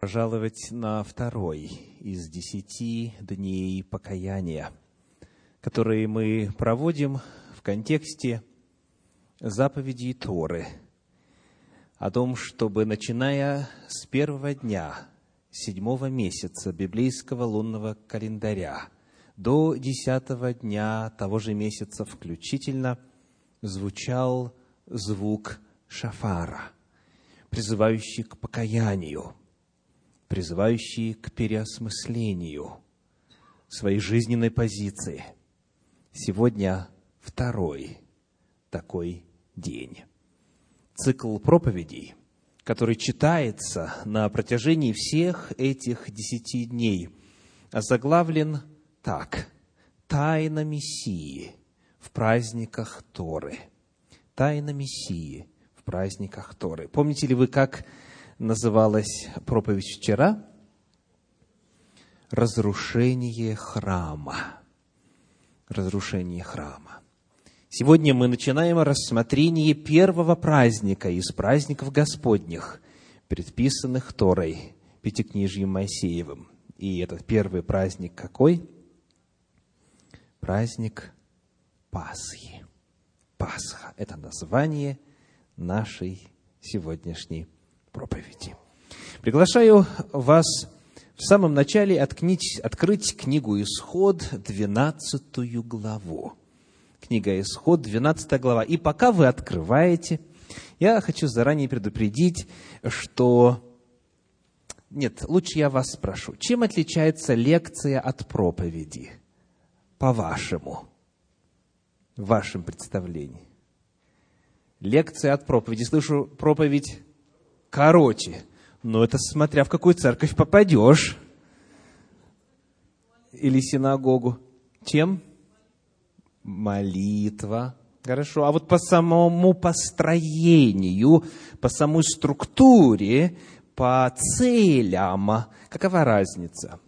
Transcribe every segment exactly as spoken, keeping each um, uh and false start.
пожаловать на второй из десяти дней покаяния, которые мы проводим в контексте заповедей Торы, о том, чтобы, начиная с первого дня седьмого месяца библейского лунного календаря до десятого дня того же месяца включительно, звучал звук шафара, призывающий к покаянию, призывающий к переосмыслению своей жизненной позиции. Сегодня второй такой день. Цикл проповедей, который читается на протяжении всех этих десяти дней, озаглавлен так: «Тайна Мессии в праздниках Торы». Тайна Мессии в праздниках Торы. Помните ли вы, как называлась проповедь вчера? Разрушение храма. Разрушение храма. Сегодня мы начинаем рассмотрение первого праздника из праздников Господних, предписанных Торой, Пятикнижьем Моисеевым. И этот первый праздник какой? Праздник Пасхи. Пасха – это название нашей сегодняшней проповеди. Приглашаю вас в самом начале откнить, открыть книгу Исход, двенадцатую главу. Книга Исход, двенадцатая глава. И пока вы открываете, я хочу заранее предупредить, что... Нет, лучше я вас спрошу. Чем отличается лекция от проповеди, по-вашему, в вашем представлении? Лекция от проповеди. Слышу, проповедь короче. Но это смотря в какую церковь попадешь. Или синагогу. Чем? Молитва. Хорошо. А вот по самому построению, по самой структуре, по целям, какова разница?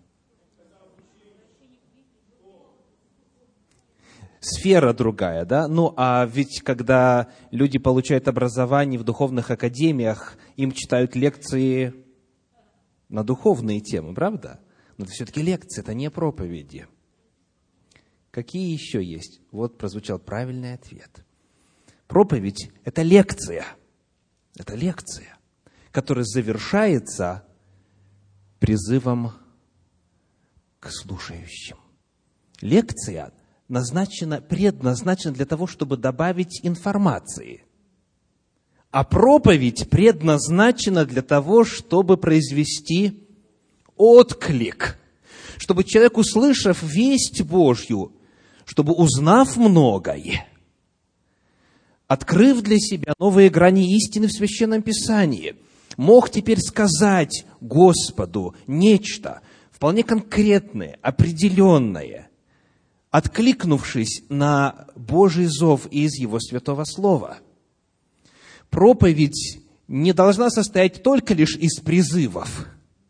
Сфера другая, да? Ну, а ведь когда люди получают образование в духовных академиях, им читают лекции на духовные темы, правда? Но это все-таки лекции, это не проповеди. Какие еще есть? Вот прозвучал правильный ответ. Проповедь – это лекция. Это лекция, которая завершается призывом к слушающим. Лекция назначена, предназначена для того, чтобы добавить информации. А проповедь предназначена для того, чтобы произвести отклик. Чтобы человек, услышав весть Божью, чтобы, узнав многое, открыв для себя новые грани истины в Священном Писании, мог теперь сказать Господу нечто вполне конкретное, определенное, откликнувшись на Божий зов из Его Святого Слова. Проповедь не должна состоять только лишь из призывов.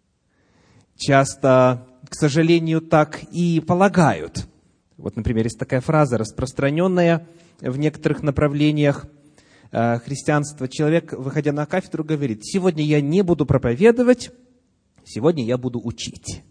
Часто, к сожалению, так и полагают. Вот, например, есть такая фраза, распространенная в некоторых направлениях христианства. Человек, выходя на кафедру, говорит: «Сегодня я не буду проповедовать, сегодня я буду учить».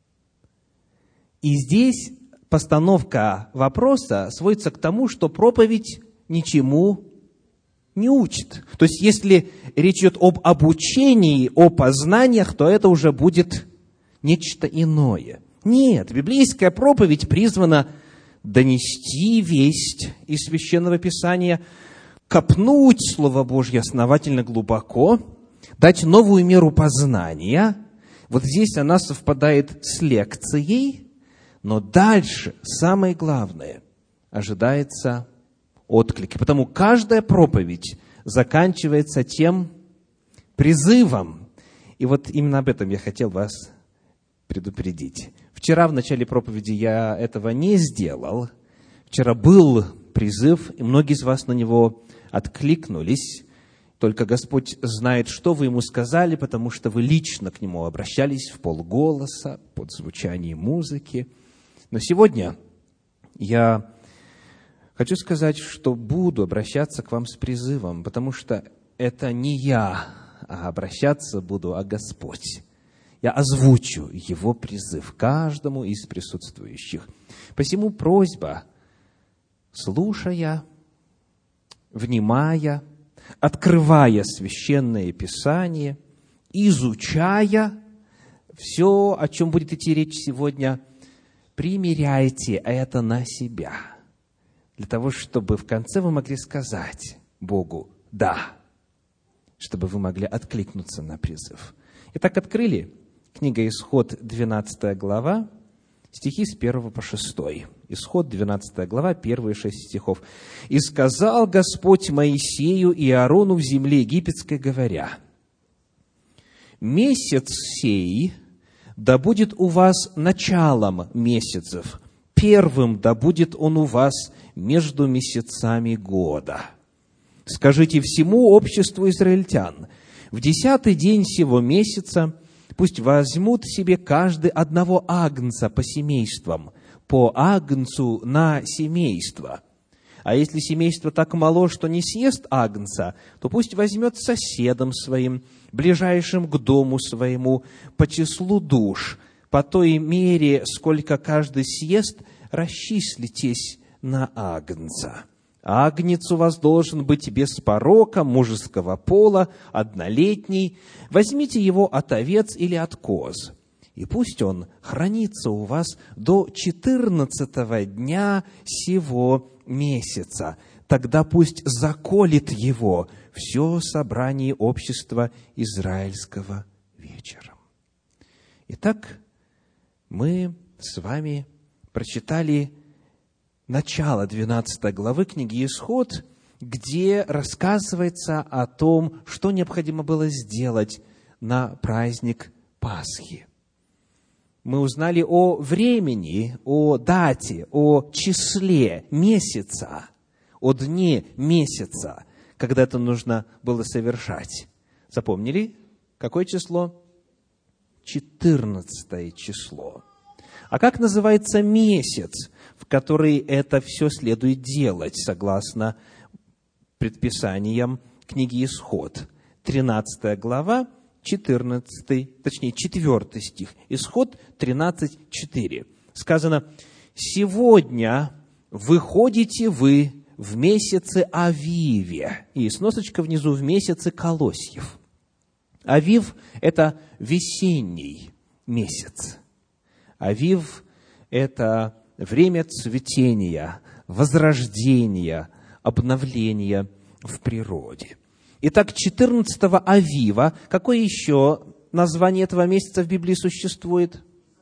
И здесь постановка вопроса сводится к тому, что проповедь ничему не учит. То есть, если речь идет об обучении, о познаниях, то это уже будет нечто иное. Нет, библейская проповедь призвана донести весть из Священного Писания, копнуть Слово Божье основательно глубоко, дать новую меру познания. Вот здесь она совпадает с лекцией, но дальше, самое главное, ожидается отклик. Потому каждая проповедь заканчивается тем призывом. И вот именно об этом я хотел вас предупредить. Вчера в начале проповеди я этого не сделал. Вчера был призыв, и многие из вас на него откликнулись. Только Господь знает, что вы Ему сказали, потому что вы лично к Нему обращались в полголоса, под звучание музыки. Но сегодня я хочу сказать, что буду обращаться к вам с призывом, потому что это не я, а обращаться буду, а Господь. я озвучу его призыв каждому из присутствующих. Посему просьба, слушая, внимая, открывая Священное Писание, изучая все, о чем будет идти речь сегодня, примеряйте это на себя, для того, чтобы в конце вы могли сказать Богу «да», чтобы вы могли откликнуться на призыв. Итак, открыли книга Исход, двенадцатая глава, стихи с первого по шестой. Исход, двенадцатая глава, первые шесть стихов. «И сказал Господь Моисею и Аарону в земле египетской, говоря: месяц сей да будет у вас началом месяцев, первым да будет он у вас между месяцами года. Скажите всему обществу израильтян: в десятый день сего месяца пусть возьмут себе каждый одного агнца по семействам, по агнцу на семейство. А если семейство так мало, что не съест агнца, то пусть возьмет соседом своим, ближайшим к дому своему, по числу душ, по той мере, сколько каждый съест, расчислитесь на агнца. Агнец у вас должен быть без порока, мужеского пола, однолетний. Возьмите его от овец или от коз, и пусть он хранится у вас до четырнадцатого дня сего месяца. Тогда пусть заколет его все собрание общества израильского вечером». Итак, мы с вами прочитали начало двенадцатой главы книги «Исход», где рассказывается о том, что необходимо было сделать на праздник Пасхи. Мы узнали о времени, о дате, о числе месяца, о дне месяца, когда это нужно было совершать. Запомнили? Какое число? четырнадцатое число. А как называется месяц, в который это все следует делать, согласно предписаниям книги «Исход»? тринадцатая глава, четырнадцатый, точнее, четвертый стих. Исход тринадцать, четыре. Сказано: «Сегодня выходите вы в месяце Авиве». И сносочка внизу: в месяце Колосьев. Авив – это весенний месяц. Авив – это время цветения, возрождения, обновления в природе. Итак, четырнадцатого Авива, какое еще название этого месяца в Библии существует?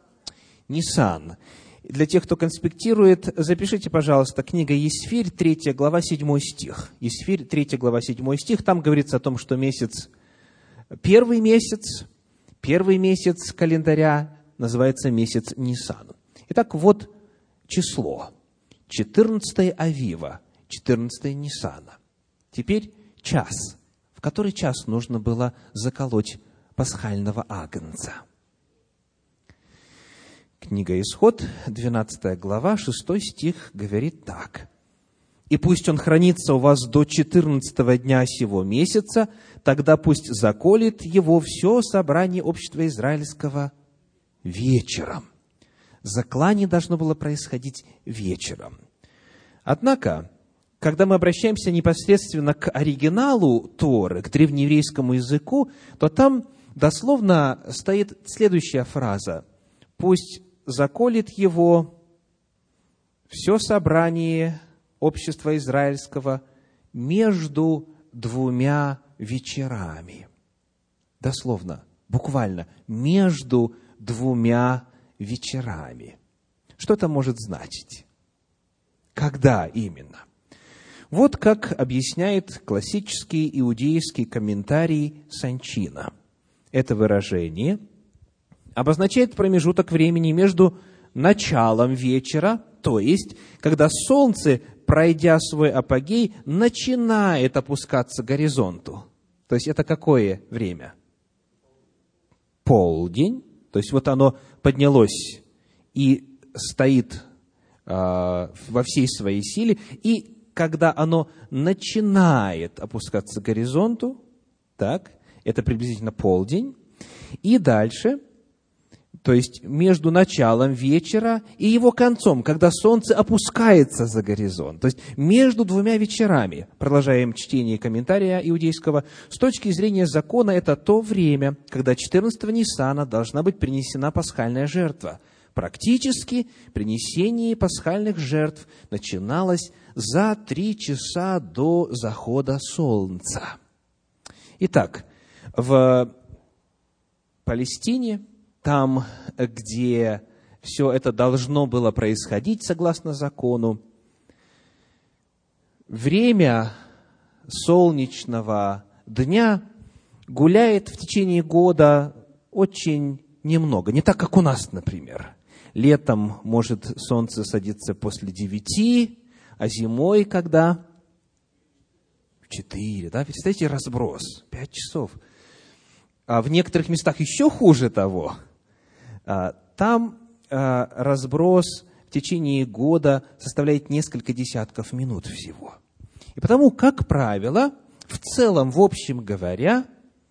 Нисан. Для тех, кто конспектирует, запишите, пожалуйста, книга Есфирь, третья глава, седьмой стих. Есфирь, третья глава, седьмой стих. Там говорится о том, что месяц, первый месяц, первый месяц календаря называется месяц Нисан. Итак, вот число. четырнадцатое Авива, четырнадцатое Нисана. Теперь час. В который час нужно было заколоть пасхального агнца? Книга Исход, двенадцатая глава, шестой стих говорит так: «И пусть он хранится у вас до четырнадцатого дня сего месяца, тогда пусть заколет его все собрание общества израильского вечером». Заклание должно было происходить вечером. Однако, когда мы обращаемся непосредственно к оригиналу Торы, к древнееврейскому языку, то там дословно стоит следующая фраза: «Пусть заколет его все собрание общества израильского между двумя вечерами». Дословно, буквально, между двумя вечерами. Что это может значить? Когда именно? Вот как объясняет классический иудейский комментарий Санчина. Это выражение обозначает промежуток времени между началом вечера, то есть, когда солнце, пройдя свой апогей, начинает опускаться к горизонту. То есть, это какое время? Полдень. То есть, вот оно поднялось и стоит э, во всей своей силе, и когда оно начинает опускаться к горизонту, так, это приблизительно полдень, и дальше то есть между началом вечера и его концом, когда солнце опускается за горизонт. То есть между двумя вечерами, продолжаем чтение комментария иудейского, с точки зрения закона это то время, когда четырнадцатого Ниссана должна быть принесена пасхальная жертва. Практически принесение пасхальных жертв начиналось за три часа до захода солнца. Итак, в Палестине, там, где все это должно было происходить согласно закону, время солнечного дня гуляет в течение года очень немного. Не так, как у нас, например. Летом может солнце садиться после девяти, а зимой когда? В четыре. Да? Представляете, разброс. Пять часов. А в некоторых местах еще хуже того. Там разброс в течение года составляет несколько десятков минут всего. И потому, как правило, в целом, в общем говоря,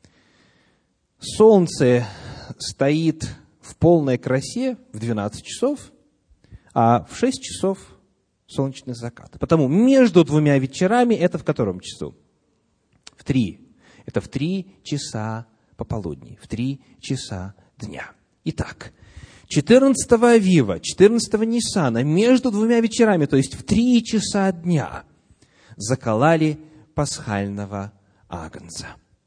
солнце стоит в полной красе в двенадцать часов, а в шесть часов солнечный закат. Потому между двумя вечерами это в котором часу? В три. Это в три часа пополудни, в три часа дня. Итак, четырнадцатого Авива, четырнадцатого Ниссана, между двумя вечерами, то есть в три часа дня, закололи пасхального агнца.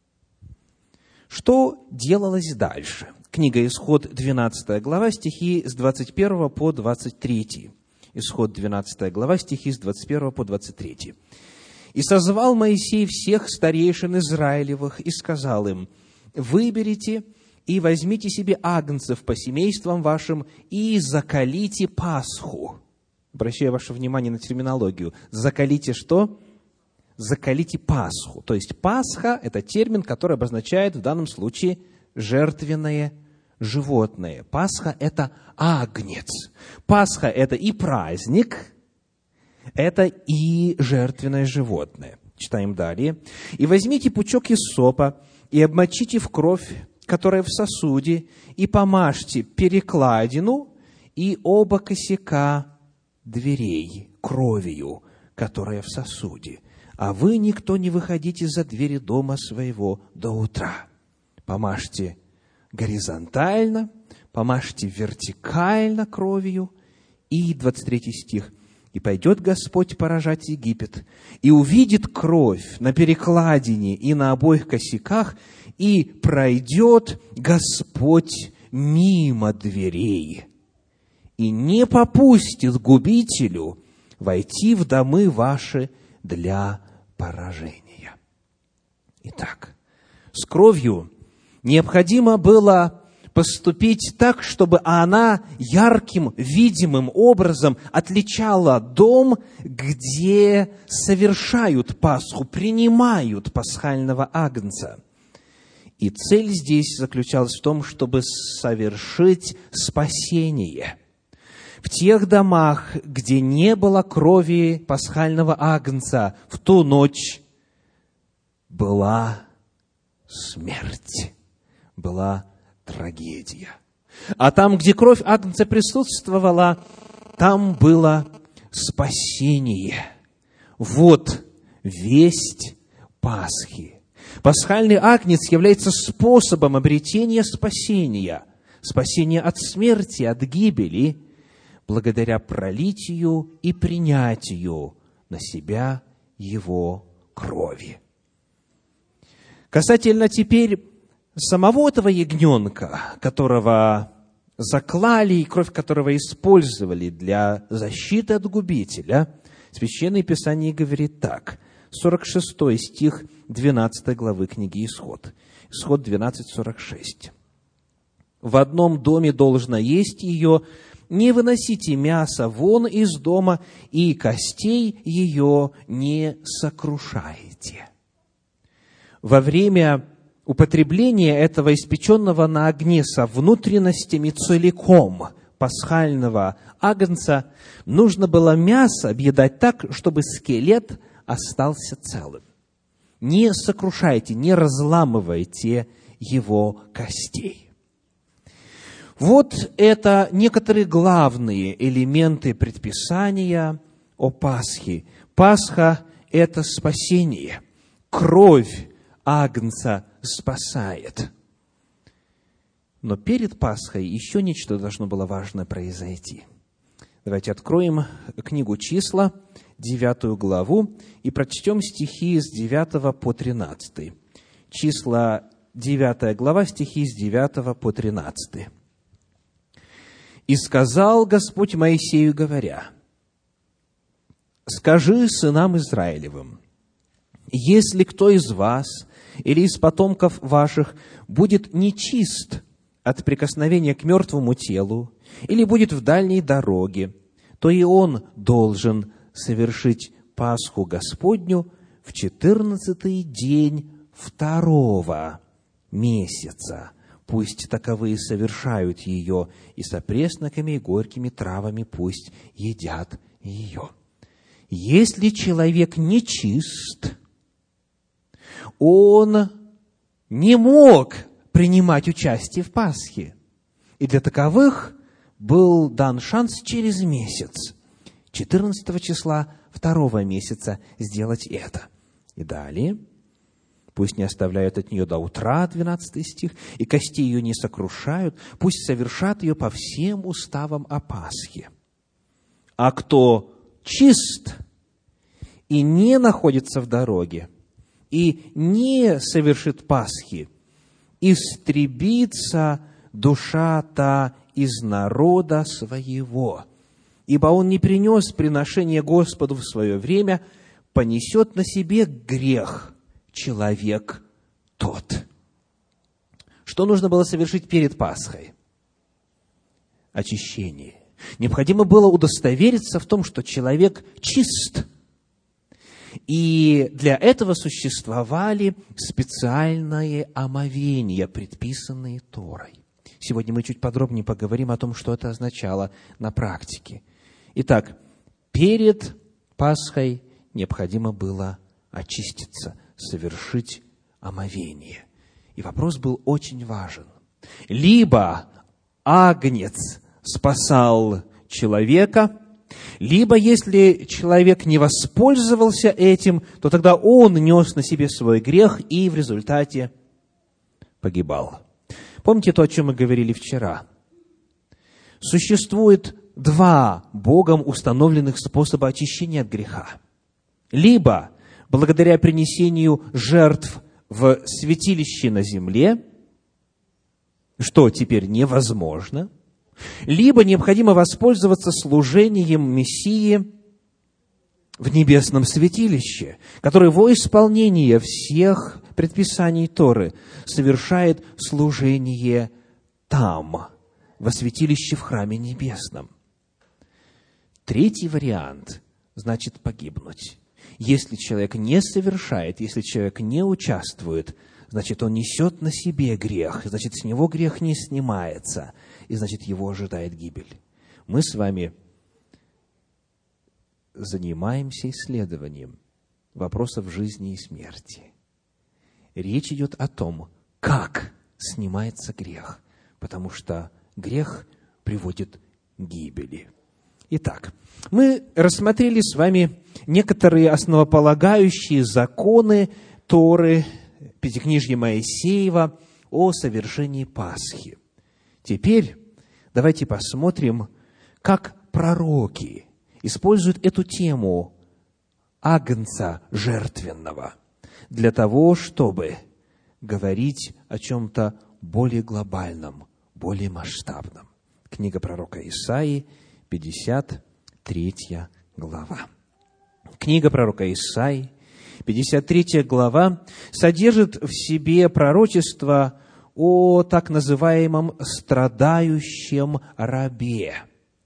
Что делалось дальше? Книга Исход, двенадцатая глава, стихи с двадцать первого по двадцать третий. Исход, двенадцатая глава, стихи с двадцать первого по двадцать третий. «И созвал Моисей всех старейшин Израилевых и сказал им: выберите и возьмите себе агнцев по семействам вашим и заколите Пасху». Обращаю ваше внимание на терминологию. Заколите что? Заколите Пасху. То есть Пасха – это термин, который обозначает в данном случае жертвенное животное. Пасха – это агнец. Пасха – это и праздник, это и жертвенное животное. Читаем далее. «И возьмите пучок иссопа, и обмочите в кровь, которая в сосуде, и помажьте перекладину и оба косяка дверей кровью, которая в сосуде. А вы, никто, не выходите за двери дома своего до утра. Помажьте горизонтально, помажьте вертикально кровью». И двадцать третий стих. «И пойдет Господь поражать Египет, и увидит кровь на перекладине и на обоих косяках, и пройдет Господь мимо дверей, и не попустит губителю войти в домы ваши для поражения». Итак, с кровью необходимо было поступить так, чтобы она ярким, видимым образом отличала дом, где совершают Пасху, принимают пасхального агнца. И цель здесь заключалась в том, чтобы совершить спасение. В тех домах, где не было крови пасхального агнца, в ту ночь была смерть, была трагедия. А там, где кровь агнца присутствовала, там было спасение. Вот весть Пасхи. Пасхальный агнец является способом обретения спасения, спасения от смерти, от гибели, благодаря пролитию и принятию на себя его крови. Касательно теперь самого этого ягненка, которого заклали и кровь которого использовали для защиты от губителя, Священное Писание говорит так. сорок шестой стих двенадцатой главы книги Исход. Исход двенадцать, сорок шесть. «В одном доме должно есть ее, не выносите мясо вон из дома, и костей ее не сокрушайте». Во время употребления этого испеченного на огне со внутренностями целиком пасхального агнца нужно было мясо объедать так, чтобы скелет остался целым. Не сокрушайте, не разламывайте его костей. Вот это некоторые главные элементы предписания о Пасхе. Пасха – это спасение. Кровь Агнца спасает. Но перед Пасхой еще нечто должно было важно произойти. Давайте откроем книгу «Числа», девятую главу, и прочтем стихи с девятого по тринадцатый. Числа, девятая глава, стихи с девятого по тринадцатый. «И сказал Господь Моисею, говоря: скажи сынам Израилевым, если кто из вас или из потомков ваших будет нечист от прикосновения к мертвому телу или будет в дальней дороге, то и он должен совершить Пасху Господню в четырнадцатый день второго месяца. Пусть таковые совершают ее, и с опресноками и горькими травами пусть едят ее. Если человек нечист, он не мог принимать участие в Пасхе. И для таковых был дан шанс через месяц, четырнадцатого числа второго месяца, сделать это. И далее: пусть не оставляют от нее до утра, двенадцатый стих, и кости ее не сокрушают, пусть совершат ее по всем уставам о Пасхе. А кто чист и не находится в дороге, и не совершит Пасхи, истребится душа та из народа своего, ибо он не принес приношение Господу в свое время, понесет на себе грех человек тот». Что нужно было совершить перед Пасхой? Очищение. Необходимо было удостовериться в том, что человек чист. И для этого существовали специальные омовения, предписанные Торой. Сегодня мы чуть подробнее поговорим о том, что это означало на практике. Итак, перед Пасхой необходимо было очиститься, совершить омовение. И вопрос был очень важен. Либо агнец спасал человека, либо, если человек не воспользовался этим, то тогда он нес на себе свой грех и в результате погибал. Помните то, о чем мы говорили вчера? Существует два Богом установленных способа очищения от греха. Либо благодаря принесению жертв в святилище на земле, что теперь невозможно, либо необходимо воспользоваться служением Мессии в небесном святилище, который во исполнение всех предписаний Торы совершает служение там, во святилище в храме небесном. Третий вариант значит погибнуть. Если человек не совершает, если человек не участвует, значит, он несет на себе грех, значит, с него грех не снимается, и значит, его ожидает гибель. Мы с вами занимаемся исследованием вопросов жизни и смерти. Речь идет о том, как снимается грех, потому что грех приводит к гибели. Итак, мы рассмотрели с вами некоторые основополагающие законы Торы, Пятикнижья Моисеева о совершении Пасхи. Теперь давайте посмотрим, как пророки используют эту тему агнца жертвенного для того, чтобы говорить о чем-то более глобальном, более масштабном. Книга пророка Исаии, пятьдесят третья глава. Книга пророка Исаии, пятьдесят третья глава, содержит в себе пророчество о так называемом страдающем рабе.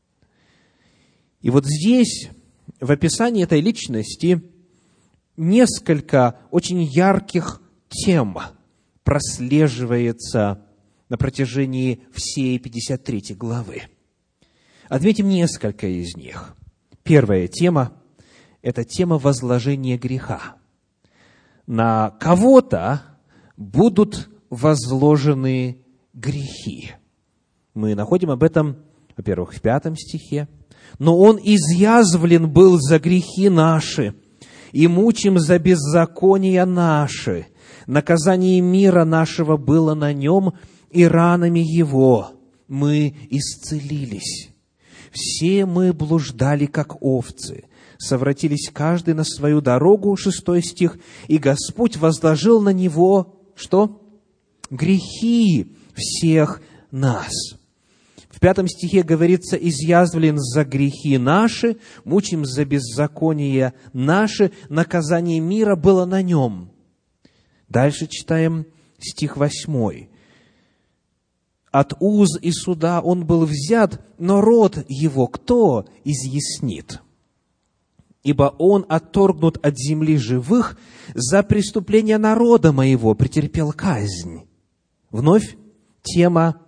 И вот здесь, в описании этой личности, несколько очень ярких тем прослеживается на протяжении всей пятьдесят третьей главы. Отметим несколько из них. Первая тема – это тема возложения греха. На кого-то будут возложены грехи. Мы находим об этом, во-первых, в пятом стихе. «Но Он изъязвлен был за грехи наши, и мучим за беззакония наши. Наказание мира нашего было на Нем, и ранами Его мы исцелились. Все мы блуждали, как овцы, совратились каждый на свою дорогу», шестой стих, «и Господь возложил на Него» что? «Грехи всех нас». В пятом стихе говорится: «Изъязвлен за грехи наши, мучим за беззаконие наши, наказание мира было на Нем». Дальше читаем стих восьмой. «От уз и суда Он был взят, но род Его кто изъяснит? Ибо Он отторгнут от земли живых, за преступление народа моего претерпел казнь». Вновь тема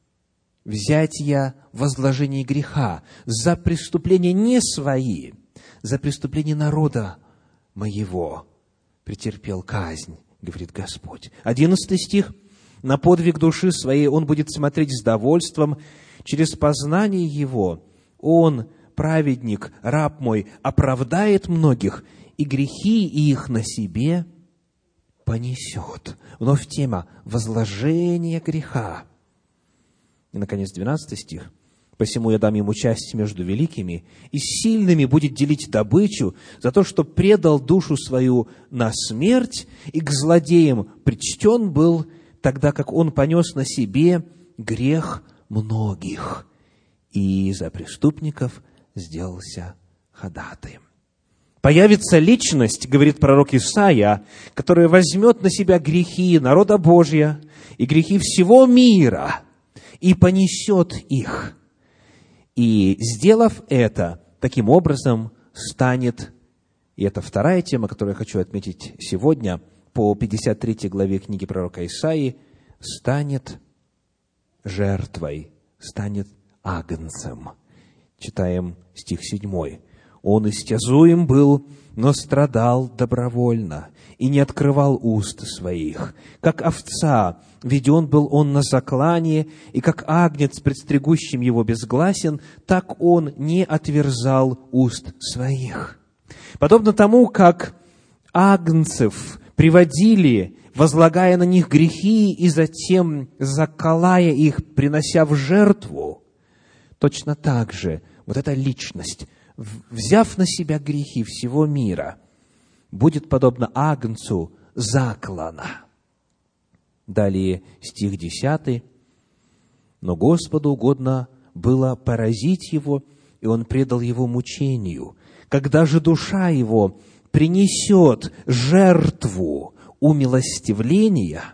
взятия, возложения греха. За преступления не свои, за преступление народа моего претерпел казнь, говорит Господь. Одиннадцатый стих. «На подвиг души своей Он будет смотреть с довольством, через познание Его Он, праведник, раб мой, оправдает многих, и грехи их на себе понесет». Вновь тема возложения греха. И, наконец, двенадцатый стих. «Посему я дам ему часть между великими, и сильными будет делить добычу за то, что предал душу свою на смерть, и к злодеям причтен был, тогда как он понес на себе грех многих, и за преступников сделался ходатаем». Появится личность, говорит пророк Исаия, которая возьмет на себя грехи народа Божия и грехи всего мира и понесет их. И, сделав это, таким образом станет, и это вторая тема, которую я хочу отметить сегодня, по пятьдесят третьей главе книги пророка Исаии, станет жертвой, станет агнцем. Читаем стих седьмой. «Он истязуем был, но страдал добровольно, и не открывал уст своих. Как овца веден был он на заклание, и как агнец, пред стригущим его безгласен, так он не отверзал уст своих». Подобно тому, как агнцев приводили, возлагая на них грехи и затем заколая их, принося в жертву, точно так же вот эта личность, взяв на себя грехи всего мира, будет подобно агнцу заклана. Далее стих десятый. «Но Господу угодно было поразить его, и он предал его мучению. Когда же душа его принесет жертву умилостивления,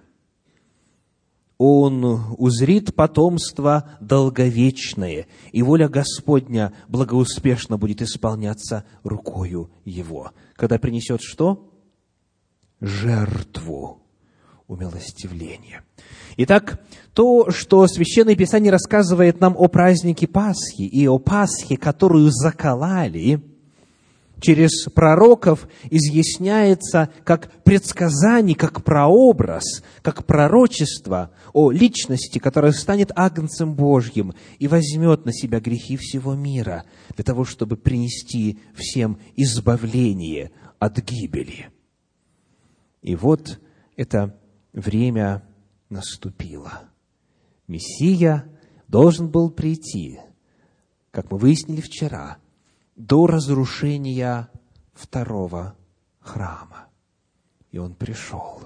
он узрит потомство долговечное, и воля Господня благоуспешно будет исполняться рукою его». Когда принесет что? Жертву умилостивления. Итак, то, что Священное Писание рассказывает нам о празднике Пасхи и о Пасхе, которую закололи, через пророков изъясняется как предсказание, как прообраз, как пророчество о личности, которая станет агнцем Божьим и возьмет на себя грехи всего мира для того, чтобы принести всем избавление от гибели. И вот это время наступило. Мессия должен был прийти, как мы выяснили вчера, до разрушения второго храма. И он пришел.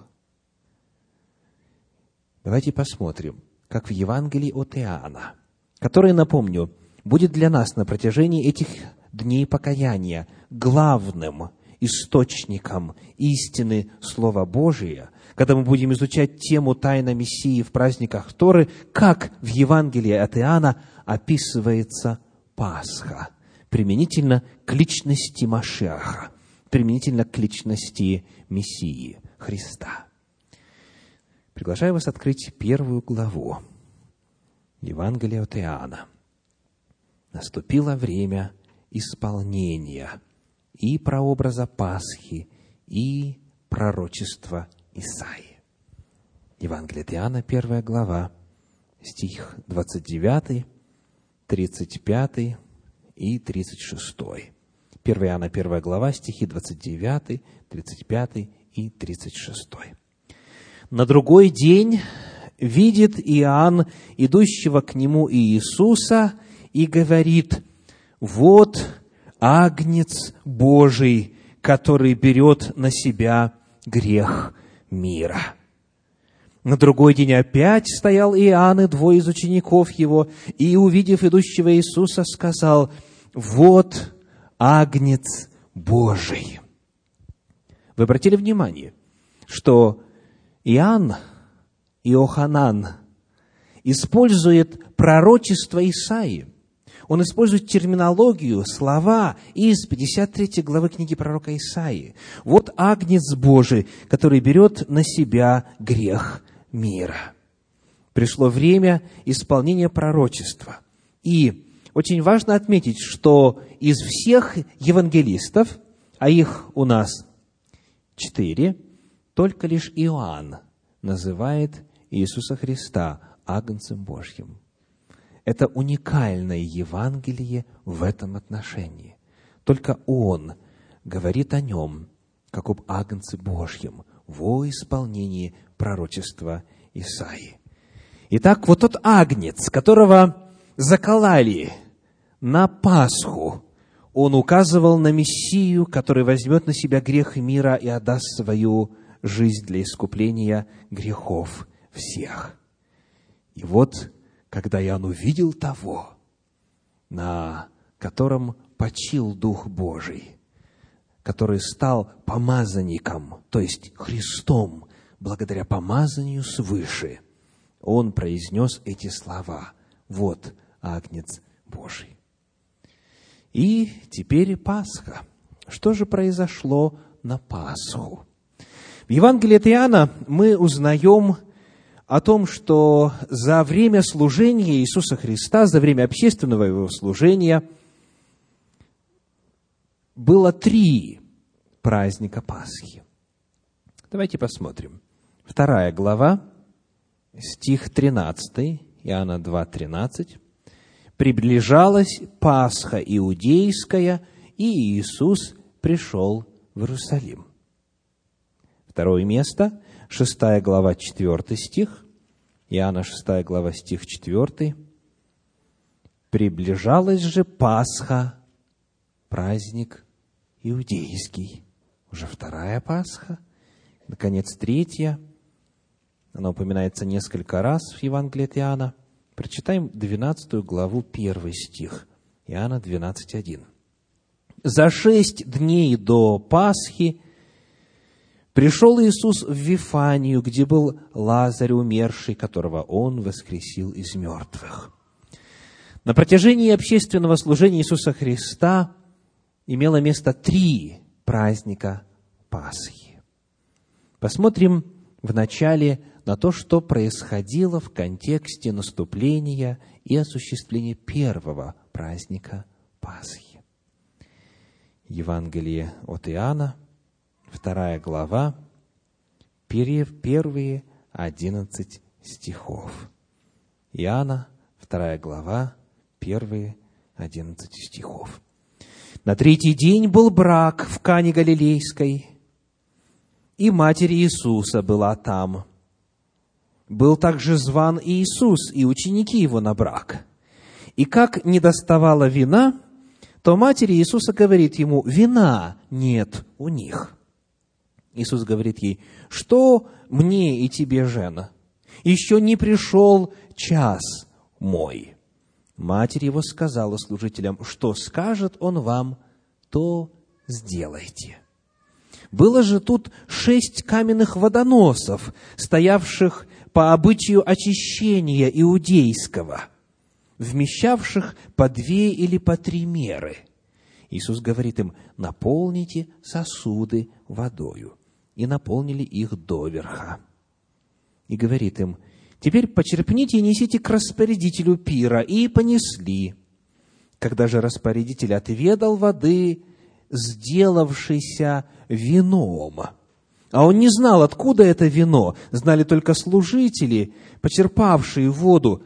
Давайте посмотрим, как в Евангелии от Иоанна, которое, напомню, будет для нас на протяжении этих дней покаяния главным источником истины Слова Божия, когда мы будем изучать тему тайны Мессии в праздниках Торы, как в Евангелии от Иоанна описывается Пасха, применительно к личности Машиаха, применительно к личности Мессии Христа. Приглашаю вас открыть первую главу Евангелия от Иоанна. Наступило время исполнения и прообраза Пасхи, и пророчества Исаии. Евангелие от Иоанна, первая глава, стих двадцать девятый, тридцать пятый и тридцать шестой. первое Иоанна, первая глава, стихи двадцать девятый, тридцать пятый и тридцать шестой. На другой день видит Иоанн идущего к нему Иисуса и говорит: «Вот Агнец Божий, который берет на себя грех мира». На другой день опять стоял Иоанн и двое из учеников его, и, увидев идущего Иисуса, сказал: «Вот Агнец Божий». Вы обратили внимание, что Иоанн, Иоханан, использует пророчество Исаии. Он использует терминологию, слова из пятьдесят третьей главы книги пророка Исаии. «Вот Агнец Божий, который берет на себя грех мира». Пришло время исполнения пророчества. И очень важно отметить, что из всех евангелистов, а их у нас четыре, только лишь Иоанн называет Иисуса Христа Агнцем Божьим. Это уникальное Евангелие в этом отношении. Только он говорит о нем, как об Агнце Божьем, во исполнении пророчества Исаии. Итак, вот тот Агнец, которого закололи на Пасху, он указывал на Мессию, который возьмет на себя грех мира и отдаст свою жизнь для искупления грехов всех. И вот, когда Иоанн увидел того, на котором почил Дух Божий, который стал помазанником, то есть Христом, благодаря помазанию свыше, он произнес эти слова: «Вот Агнец Божий». И теперь Пасха. Что же произошло на Пасху? В Евангелии от Иоанна мы узнаем о том, что за время служения Иисуса Христа, за время общественного Его служения, было три праздника Пасхи. Давайте посмотрим. Вторая глава, стих тринадцатый, Иоанна два, тринадцать. «Приближалась Пасха иудейская, и Иисус пришел в Иерусалим». Второе место, шестая глава, четвертый стих, Иоанна шестая глава, стих четвертый. «Приближалась же Пасха, праздник иудейский». Уже вторая Пасха. Наконец, третья. Она упоминается несколько раз в Евангелии от Иоанна. Прочитаем двенадцатую главу, первый стих. Иоанна двенадцать, один. «За шесть дней до Пасхи пришел Иисус в Вифанию, где был Лазарь умерший, которого Он воскресил из мертвых». На протяжении общественного служения Иисуса Христа имело место три праздника Пасхи. Посмотрим вначале на то, что происходило в контексте наступления и осуществления первого праздника Пасхи. Евангелие от Иоанна, вторая глава, первые одиннадцать стихов. Иоанна, вторая глава, первые одиннадцать стихов. «На третий день был брак в Кане Галилейской, и матерь Иисуса была там. Был также зван Иисус и ученики его на брак. И как не доставало вина, то матерь Иисуса говорит ему: вина нет у них. Иисус говорит ей: что мне и тебе, жена? Еще не пришел час мой. Матерь его сказала служителям: что скажет он вам, то сделайте. Было же тут шесть каменных водоносов, стоявших по обычаю очищения иудейского, вмещавших по две или по три меры. Иисус говорит им: наполните сосуды водою. И наполнили их доверха. И говорит им: теперь почерпните и несите к распорядителю пира. И понесли. Когда же распорядитель отведал воды, сделавшейся вином, а он не знал, откуда это вино, знали только служители, почерпавшие воду,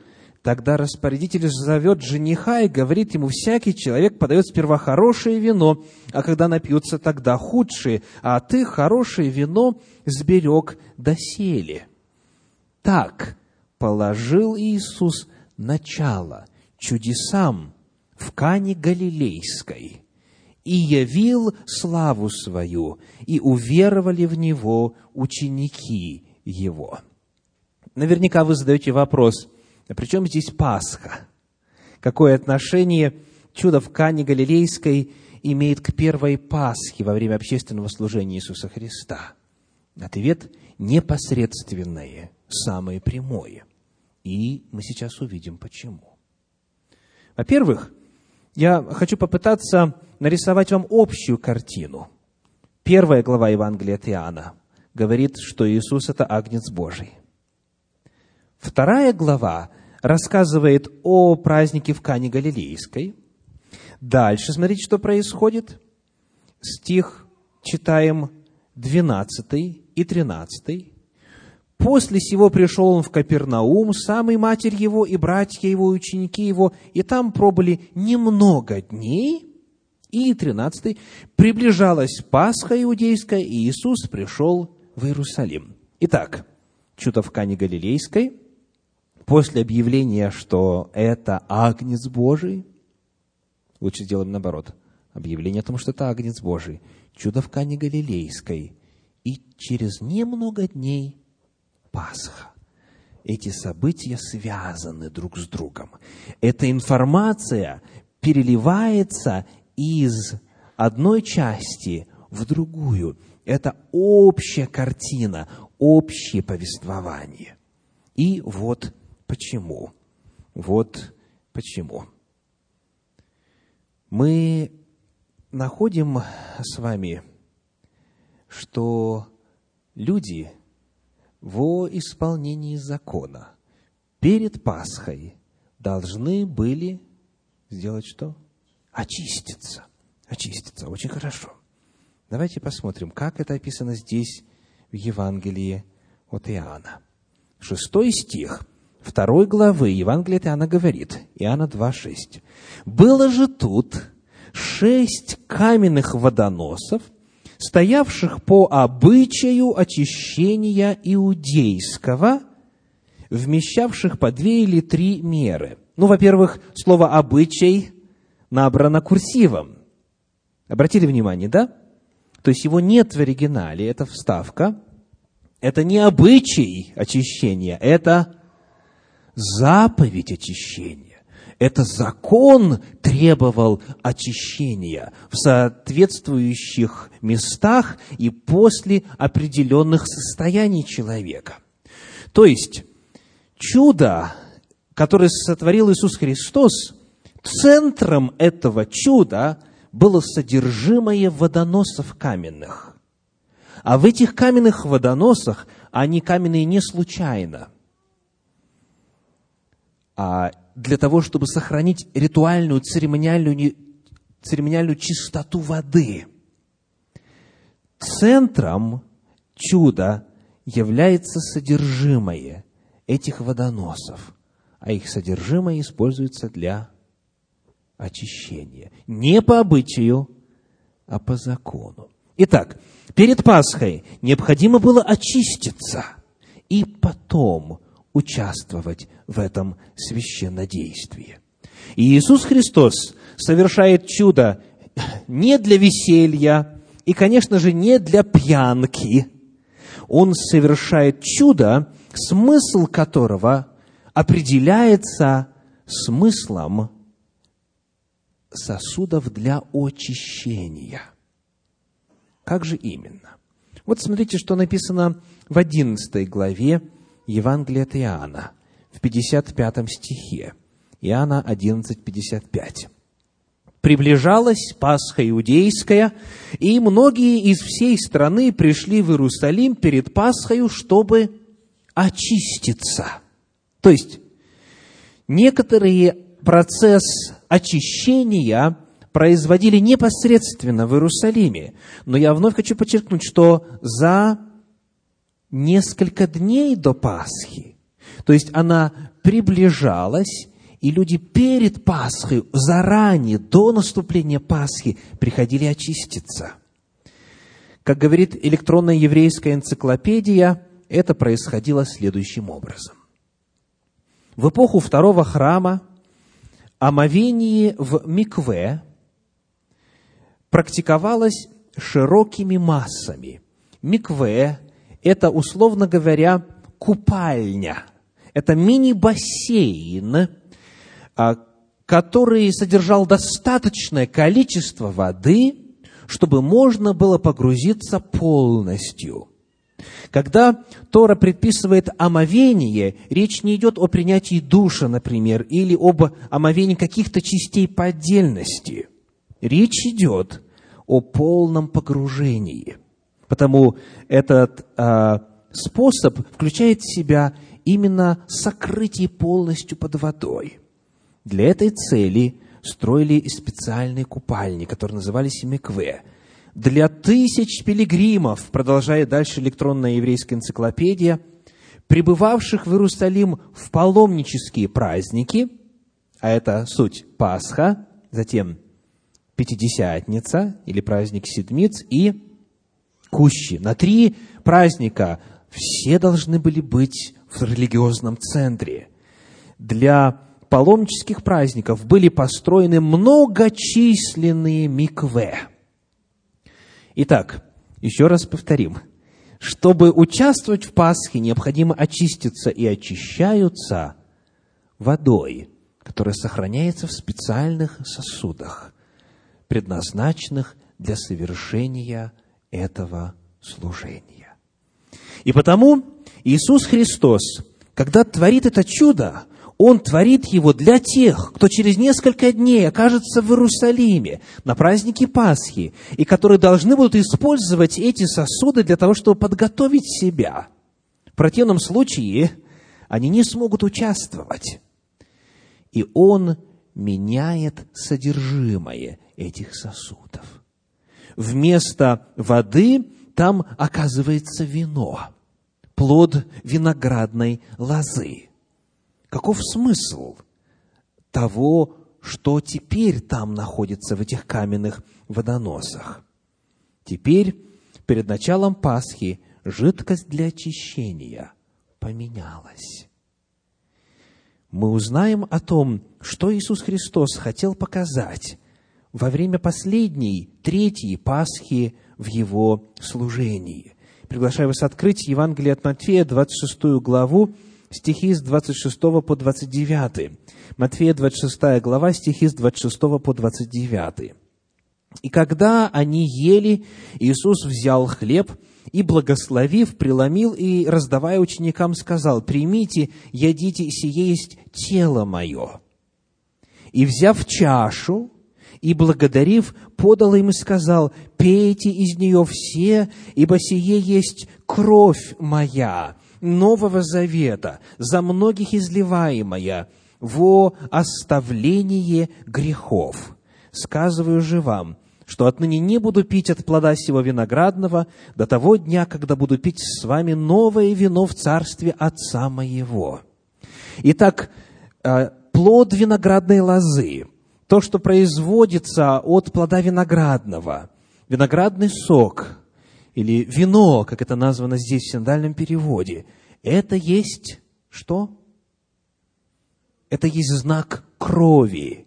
Тогда распорядитель зовет жениха и говорит ему: всякий человек подает сперва хорошее вино, а когда напьются, тогда худшее, а ты хорошее вино сберег доселе. Так положил Иисус начало чудесам в Кане Галилейской и явил славу свою, и уверовали в Него ученики Его. Наверняка вы задаете вопрос: а при чем здесь Пасха? Какое отношение чудо в Кане Галилейской имеет к первой Пасхе во время общественного служения Иисуса Христа? Ответ – непосредственное, самое прямое. И мы сейчас увидим, почему. Во-первых, я хочу попытаться нарисовать вам общую картину. Первая глава Евангелия от Иоанна говорит, что Иисус – это Агнец Божий. Вторая глава рассказывает о празднике в Кане Галилейской. Дальше смотрите, что происходит. Стих читаем двенадцатый и тринадцатый. «После сего пришел он в Капернаум, сам и матерь его, и братья его, и ученики его, и там пробыли немного дней». И тринадцатый. «Приближалась Пасха иудейская, и Иисус пришел в Иерусалим». Итак, чудо в Кане Галилейской. После объявления, что это Агнец Божий, лучше сделаем наоборот, объявление о том, что это Агнец Божий, чудо в Кане Галилейской, и через немного дней Пасха. Эти события связаны друг с другом. Эта информация переливается из одной части в другую. Это общая картина, общее повествование. И вот почему. Вот почему. Мы находим с вами, что люди во исполнении закона перед Пасхой должны были сделать что? Очиститься. Очиститься. Очень хорошо. Давайте посмотрим, как это описано здесь в Евангелии от Иоанна. Шестой стих второй главы Евангелия от Иоанна говорит, Иоанна два шесть. «Было же тут шесть каменных водоносов, стоявших по обычаю очищения иудейского, вмещавших по две или три меры». Ну, во-первых, слово «обычай» набрано курсивом. Обратили внимание, да? То есть его нет в оригинале, это вставка. Это не обычай очищения, это заповедь очищения. Это закон требовал очищения в соответствующих местах и после определенных состояний человека. То есть чудо, которое сотворил Иисус Христос, центром этого чуда было содержимое водоносов каменных. А в этих каменных водоносах, они каменные не случайно, а для того, чтобы сохранить ритуальную, церемониальную, церемониальную чистоту воды. Центром чуда является содержимое этих водоносов, а их содержимое используется для очищения. Не по обычаю, а по закону. Итак, перед Пасхой необходимо было очиститься и потом участвовать в этом священнодействии. И Иисус Христос совершает чудо не для веселья и, конечно же, не для пьянки. Он совершает чудо, смысл которого определяется смыслом сосудов для очищения. Как же именно? Вот смотрите, что написано в одиннадцатой главе Евангелия от Иоанна, в пятьдесят пятом стихе. Иоанна одиннадцать, пятьдесят пять. «Приближалась Пасха иудейская, и многие из всей страны пришли в Иерусалим перед Пасхою, чтобы очиститься». То есть, некоторые процесс очищения производили непосредственно в Иерусалиме. Но я вновь хочу подчеркнуть, что за несколько дней до Пасхи, то есть она приближалась, и люди перед Пасхой, заранее, до наступления Пасхи, приходили очиститься. Как говорит электронная еврейская энциклопедия, это происходило следующим образом. В эпоху второго храма омовение в микве практиковалось широкими массами. Микве – это, условно говоря, купальня. Это мини-бассейн, который содержал достаточное количество воды, чтобы можно было погрузиться полностью. Когда Тора предписывает омовение, речь не идет о принятии душа, например, или об омовении каких-то частей по отдельности. Речь идет о полном погружении. Потому этот э, способ включает в себя именно сокрытие полностью под водой. Для этой цели строили специальные купальни, которые назывались микве. Для тысяч пилигримов, продолжает дальше электронная еврейская энциклопедия, прибывавших в Иерусалим в паломнические праздники, а это суть Пасха, затем Пятидесятница или праздник Седмиц и Кущи. На три праздника все должны были быть в религиозном центре. Для паломнических праздников были построены многочисленные микве. Итак, еще раз повторим. Чтобы участвовать в Пасхе, необходимо очиститься, и очищаются водой, которая сохраняется в специальных сосудах, предназначенных для совершения этого служения. И потому Иисус Христос, когда творит это чудо, Он творит его для тех, кто через несколько дней окажется в Иерусалиме на празднике Пасхи, и которые должны будут использовать эти сосуды для того, чтобы подготовить себя. В противном случае они не смогут участвовать. И Он меняет содержимое этих сосудов. Вместо воды там оказывается вино, плод виноградной лозы. Каков смысл того, что теперь там находится в этих каменных водоносах? Теперь, перед началом Пасхи, жидкость для очищения поменялась. Мы узнаем о том, что Иисус Христос хотел показать во время последней, третьей Пасхи в Его служении. Приглашаю вас открыть Евангелие от Матфея, двадцать шестую главу, стихи с двадцать шестого по двадцать девятый. Матфея, двадцать шестая глава, стихи с двадцать шестого по двадцать девятый. «И когда они ели, Иисус взял хлеб и, благословив, преломил и, раздавая ученикам, сказал: „Примите, ядите, сие есть тело мое“. И, взяв чашу и благодарив, подал им и сказал: „Пейте из нее все, ибо сие есть кровь моя, Нового Завета, за многих изливаемая во оставление грехов. Сказываю же вам, что отныне не буду пить от плода сего виноградного до того дня, когда буду пить с вами новое вино в царстве Отца моего“. Итак, плод виноградной лозы, то, что производится от плода виноградного, виноградный сок, или вино, как это названо здесь в синодальном переводе, это есть что? Это есть знак крови,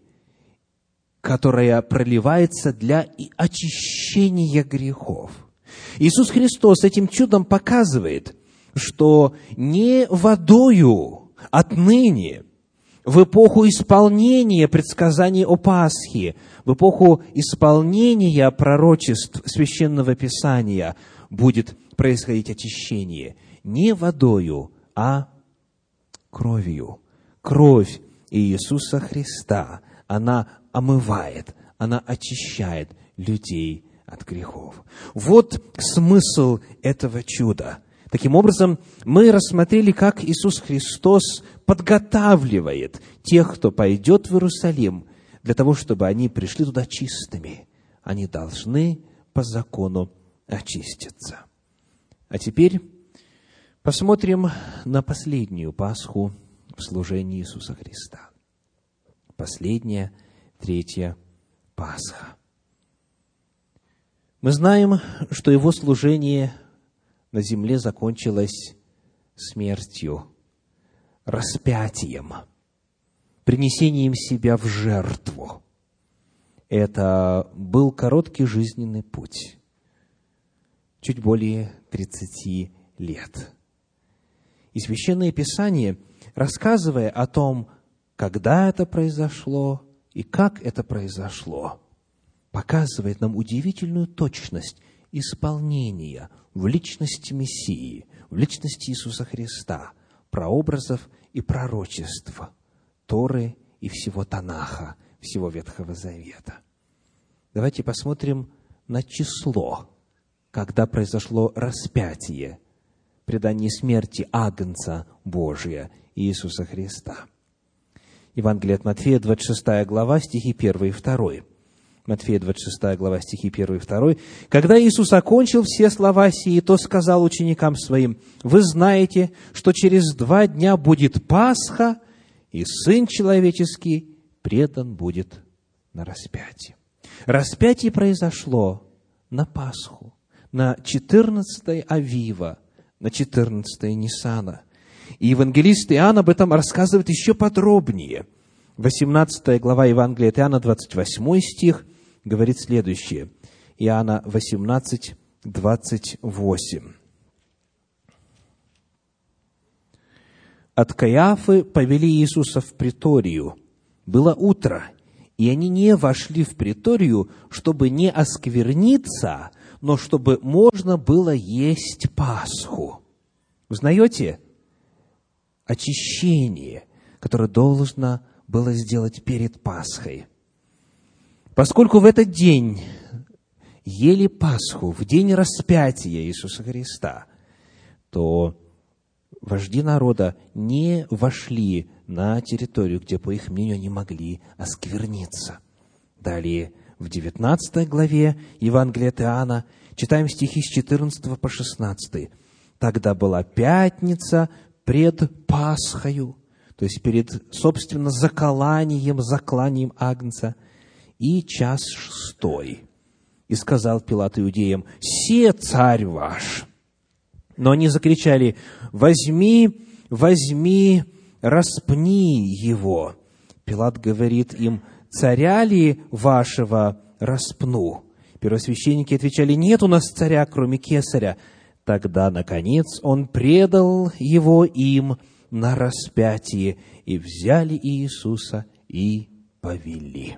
которая проливается для очищения грехов. Иисус Христос этим чудом показывает, что не водою отныне, в эпоху исполнения предсказаний о Пасхе, в эпоху исполнения пророчеств Священного Писания будет происходить очищение не водою, а кровью. Кровь Иисуса Христа, она омывает, она очищает людей от грехов. Вот смысл этого чуда. Таким образом, мы рассмотрели, как Иисус Христос подготавливает тех, кто пойдет в Иерусалим, для того, чтобы они пришли туда чистыми. Они должны по закону очиститься. А теперь посмотрим на последнюю Пасху в служение Иисуса Христа. Последняя, третья Пасха. Мы знаем, что Его служение на земле закончилось смертью, распятием, принесением себя в жертву. Это был короткий жизненный путь, чуть более тридцати лет. И Священное Писание, рассказывая о том, когда это произошло и как это произошло, показывает нам удивительную точность исполнения в личности Мессии, в личности Иисуса Христа, прообразов и пророчеств Торы и всего Танаха, всего Ветхого Завета. Давайте посмотрим на число, когда произошло распятие, предание смерти Агнца Божия Иисуса Христа. Евангелие от Матфея, двадцать шестая глава, стихи первый и второй. Матфея, двадцать шестая глава, стихи первый и второй. «Когда Иисус окончил все слова сии, то сказал ученикам Своим: вы знаете, что через два дня будет Пасха, и Сын Человеческий предан будет на распятие». Распятие произошло на Пасху, на четырнадцатое Авива, на четырнадцатое Ниссана. И евангелист Иоанн об этом рассказывает еще подробнее. восемнадцатая глава Евангелия от Иоанна, двадцать восьмой стих, говорит следующее. Иоанна восемнадцать, двадцать восемь. «От Каиафы повели Иисуса в приторию. Было утро, и они не вошли в приторию, чтобы не оскверниться, но чтобы можно было есть Пасху». Узнаете? Очищение, которое должно было сделать перед Пасхой. Поскольку в этот день ели Пасху, в день распятия Иисуса Христа, то вожди народа не вошли на территорию, где, по их мнению, они могли оскверниться. Далее, в девятнадцатой главе Евангелия от Иоанна читаем стихи с четырнадцатого по шестнадцатый. «Тогда была пятница пред Пасхою», то есть перед, собственно, заколанием, закланием Агнца, «и час шестой. И сказал Пилат иудеям: се царь ваш». Но они закричали: «Возьми, возьми, распни его». Пилат говорит им: «Царя ли вашего распну?» Первосвященники отвечали: «Нет у нас царя, кроме кесаря». Тогда, наконец, он предал его им на распятие, и взяли Иисуса и повели.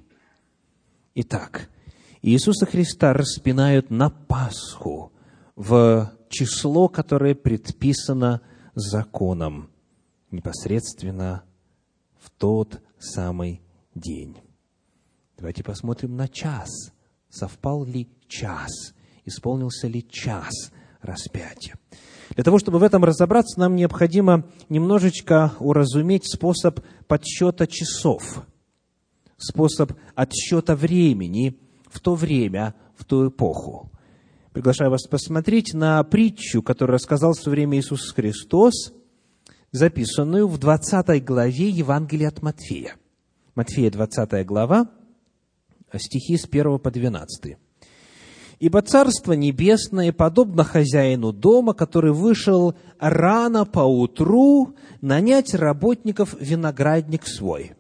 Итак, Иисуса Христа распинают на Пасху, в число, которое предписано законом, непосредственно в тот самый день. Давайте посмотрим на час. Совпал ли час? Исполнился ли час распятия? Для того, чтобы в этом разобраться, нам необходимо немножечко уразуметь способ подсчета часов, способ отсчета времени в то время, в ту эпоху. Приглашаю вас посмотреть на притчу, которую рассказал в свое время Иисус Христос, записанную в двадцатой главе Евангелия от Матфея. Матфея, двадцатая глава, стихи с первого по двенадцатый. «Ибо Царство Небесное подобно хозяину дома, который вышел рано поутру нанять работников в виноградник свой».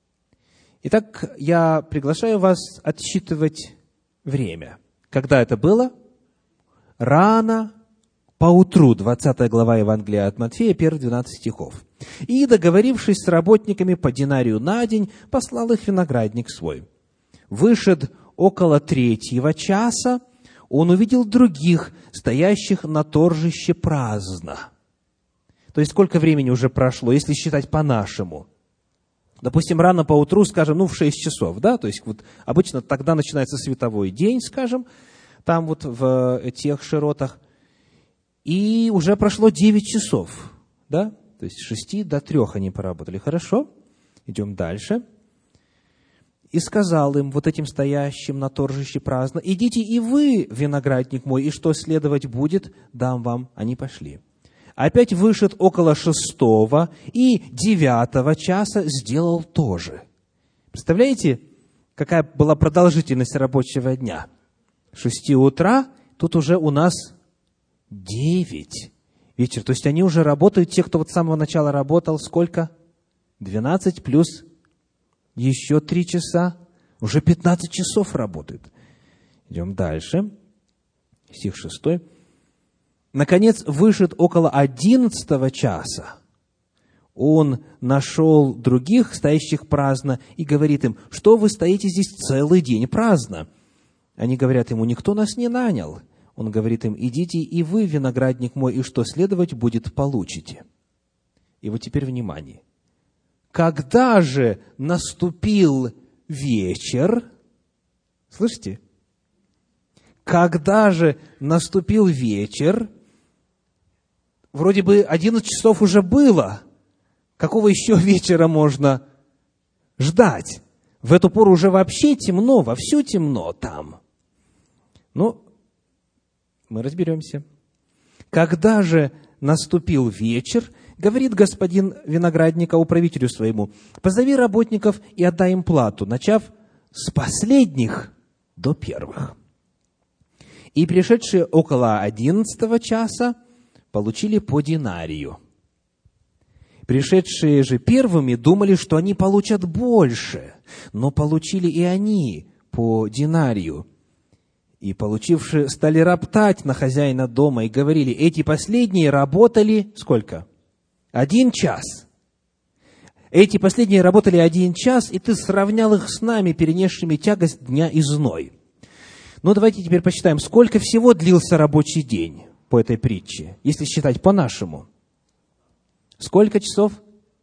Итак, я приглашаю вас отсчитывать время. Когда это было? Рано поутру, двадцатая глава Евангелия от Матфея, первые двенадцать стихов. «И, договорившись с работниками по динарию на день, послал их в виноградник свой. Вышед около третьего часа, он увидел других, стоящих на торжище праздно». То есть, сколько времени уже прошло, если считать по-нашему? Допустим, рано поутру, скажем, ну, в шесть часов, да? То есть, вот обычно тогда начинается световой день, скажем, там вот в тех широтах. И уже прошло девять часов, да? То есть, с шести до трех они поработали. Хорошо, идем дальше. «И сказал им, вот этим стоящим на торжище праздно: идите и вы в виноградник мой, и что следовать будет, дам вам». Они пошли. Опять вышед около шестого и девятого часа сделал то же. Представляете, какая была продолжительность рабочего дня? С шести утра, тут уже у нас девять вечера. То есть они уже работают, те, кто вот с самого начала работал, сколько? двенадцать плюс еще три часа. Уже пятнадцать часов работают. Идем дальше. Стих шестой. Наконец, вышед около одиннадцатого часа, он нашел других, стоящих праздно, и говорит им: что вы стоите здесь целый день праздно? Они говорят ему: никто нас не нанял. Он говорит им: идите и вы, виноградник мой, и что следовать будет, получите. И вот теперь внимание. Когда же наступил вечер, слышите? Когда же наступил вечер, вроде бы одиннадцать часов уже было. Какого еще вечера можно ждать? В эту пору уже вообще темно, вовсю темно там. Ну, мы разберемся. Когда же наступил вечер, говорит господин виноградника управителю своему: позови работников и отдай им плату, начав с последних до первых. И пришедшие около одиннадцатого часа получили по динарию. Пришедшие же первыми думали, что они получат больше, но получили и они по динарию. И получившие стали роптать на хозяина дома и говорили: эти последние работали сколько? Один час. Эти последние работали один час, и ты сравнял их с нами, перенесшими тягость дня и зной. Ну, давайте теперь посчитаем, сколько всего длился рабочий день по этой притче, если считать по-нашему. Сколько часов?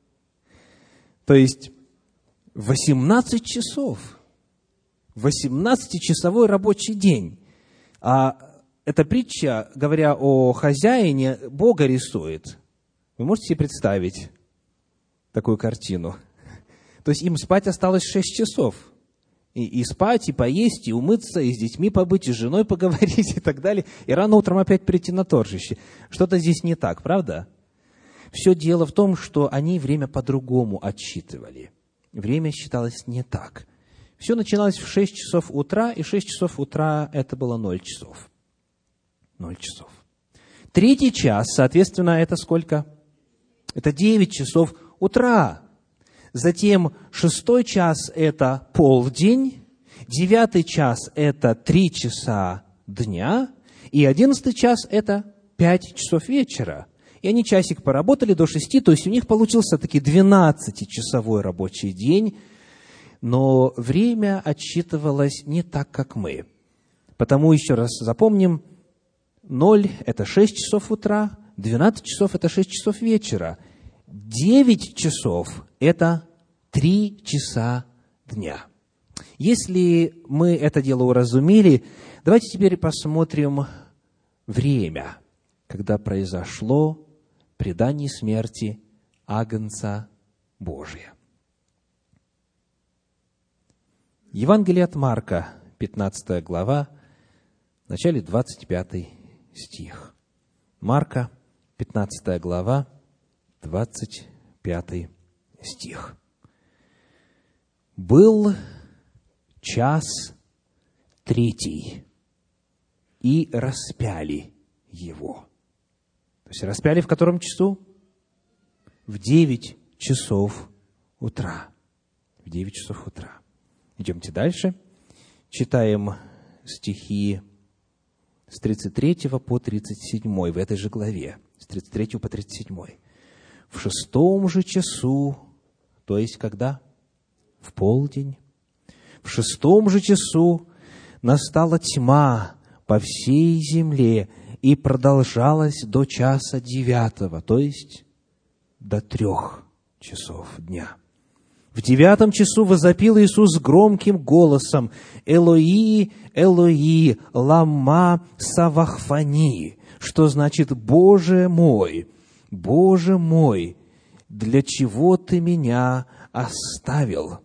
То есть восемнадцать часов. восемнадцатичасовой рабочий день. А эта притча, говоря о хозяине, Бога рисует. Вы можете себе представить такую картину? То есть им спать осталось шесть часов. И, и спать, и поесть, и умыться, и с детьми побыть, и с женой поговорить, и так далее. И рано утром опять прийти на торжище. Что-то здесь не так, правда? Все дело в том, что они время по-другому отсчитывали. Время считалось не так. Все начиналось в шесть часов утра, и шесть часов утра это было ноль часов. Ноль часов. Третий час, соответственно, это сколько? Это девять часов утра. Затем шестой час – это полдень, девятый час – это три часа дня, и одиннадцатый час – это пять часов вечера. И они часик поработали до шести, то есть у них получился таки двенадцатичасовой рабочий день, но время отсчитывалось не так, как мы. Потому, еще раз запомним, ноль – это шесть часов утра, двенадцать часов – это шесть часов вечера, девять часов – это три часа дня. Если мы это дело уразумели, давайте теперь посмотрим время, когда произошло предание смерти Агнца Божия. Евангелие от Марка, пятнадцатая глава, в начале двадцать пятый стих. Марка, пятнадцатая глава, двадцать пятый стих. «Был час третий, и распяли его». То есть распяли в котором часу? В девять часов утра. В девять часов утра. Идемте дальше. Читаем стихи с тридцать третьего по тридцать седьмой в этой же главе. С тридцать третьего по тридцать седьмой. «В шестом же часу», то есть когда? В полдень. «В шестом же часу настала тьма по всей земле и продолжалась до часа девятого», то есть до трех часов дня. «В девятом часу возопил Иисус громким голосом: Элои, Элои, лама савахфани», что значит: «Боже мой, Боже мой, для чего ты меня оставил?»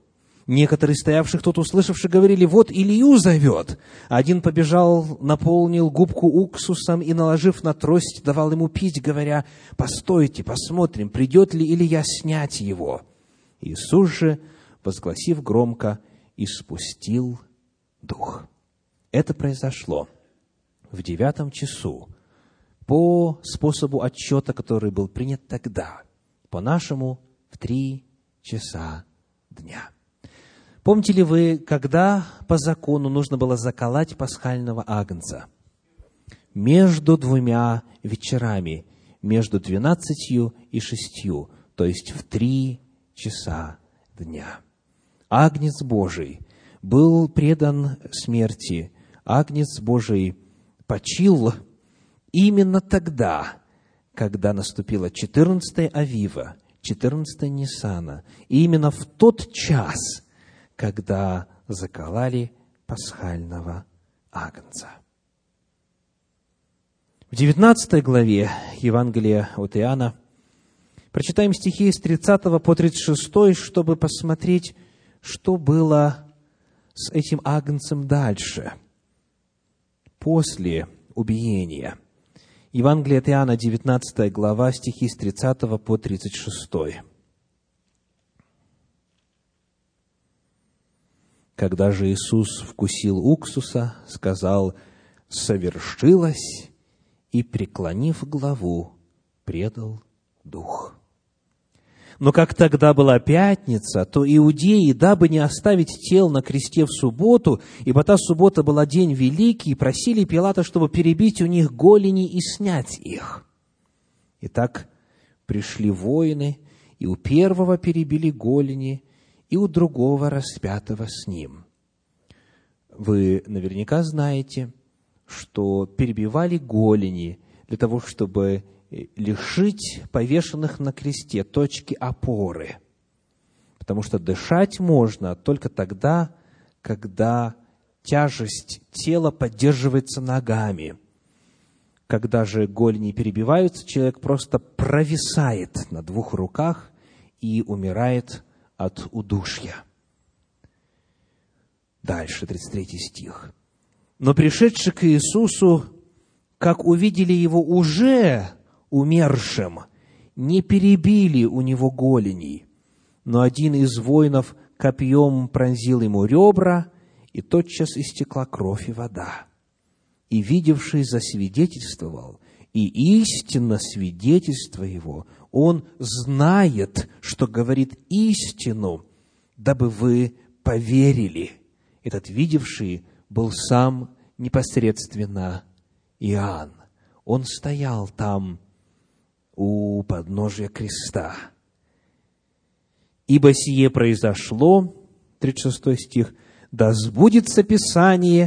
Некоторые стоявших тут, услышавшие, говорили: вот Илью зовет. Один побежал, наполнил губку уксусом и, наложив на трость, давал ему пить, говоря: постойте, посмотрим, придет ли Илия снять его. Иисус же, возгласив громко, испустил дух. Это произошло в девятом часу по способу отсчета, который был принят тогда, по-нашему в три часа дня. Помните ли вы, когда по закону нужно было заколоть пасхального агнца? Между двумя вечерами, между двенадцатью и шестью, то есть в три часа дня. Агнец Божий был предан смерти, Агнец Божий почил именно тогда, когда наступило четырнадцатое Авива, четырнадцатое Ниссана, и именно в тот час, когда закололи пасхального агнца. В девятнадцатой главе Евангелия от Иоанна прочитаем стихи с тридцатого по тридцать шестой, чтобы посмотреть, что было с этим агнцем дальше, после убиения. Евангелие от Иоанна, девятнадцатая глава, стихи с тридцатого по тридцать шестой. Когда же Иисус вкусил уксуса, сказал: «Совершилось», и, преклонив главу, предал дух. Но как тогда была пятница, то иудеи, дабы не оставить тел на кресте в субботу, ибо та суббота была день великий, просили Пилата, чтобы перебить у них голени и снять их. Итак, пришли воины, и у первого перебили голени, и у другого распятого с ним. Вы наверняка знаете, что перебивали голени для того, чтобы лишить повешенных на кресте точки опоры. Потому что дышать можно только тогда, когда тяжесть тела поддерживается ногами. Когда же голени перебиваются, человек просто провисает на двух руках и умирает от удушья. Дальше, тридцать третий стих. «Но пришедшие к Иисусу, как увидели его уже умершим, не перебили у него голеней, но один из воинов копьем пронзил ему ребра, и тотчас истекла кровь и вода. И видевший засвидетельствовал, и истинно свидетельство его, он знает, что говорит истину, дабы вы поверили». Этот видевший был сам непосредственно Иоанн. Он стоял там у подножия креста. «Ибо сие произошло», тридцать шестой стих, «да сбудется Писание»,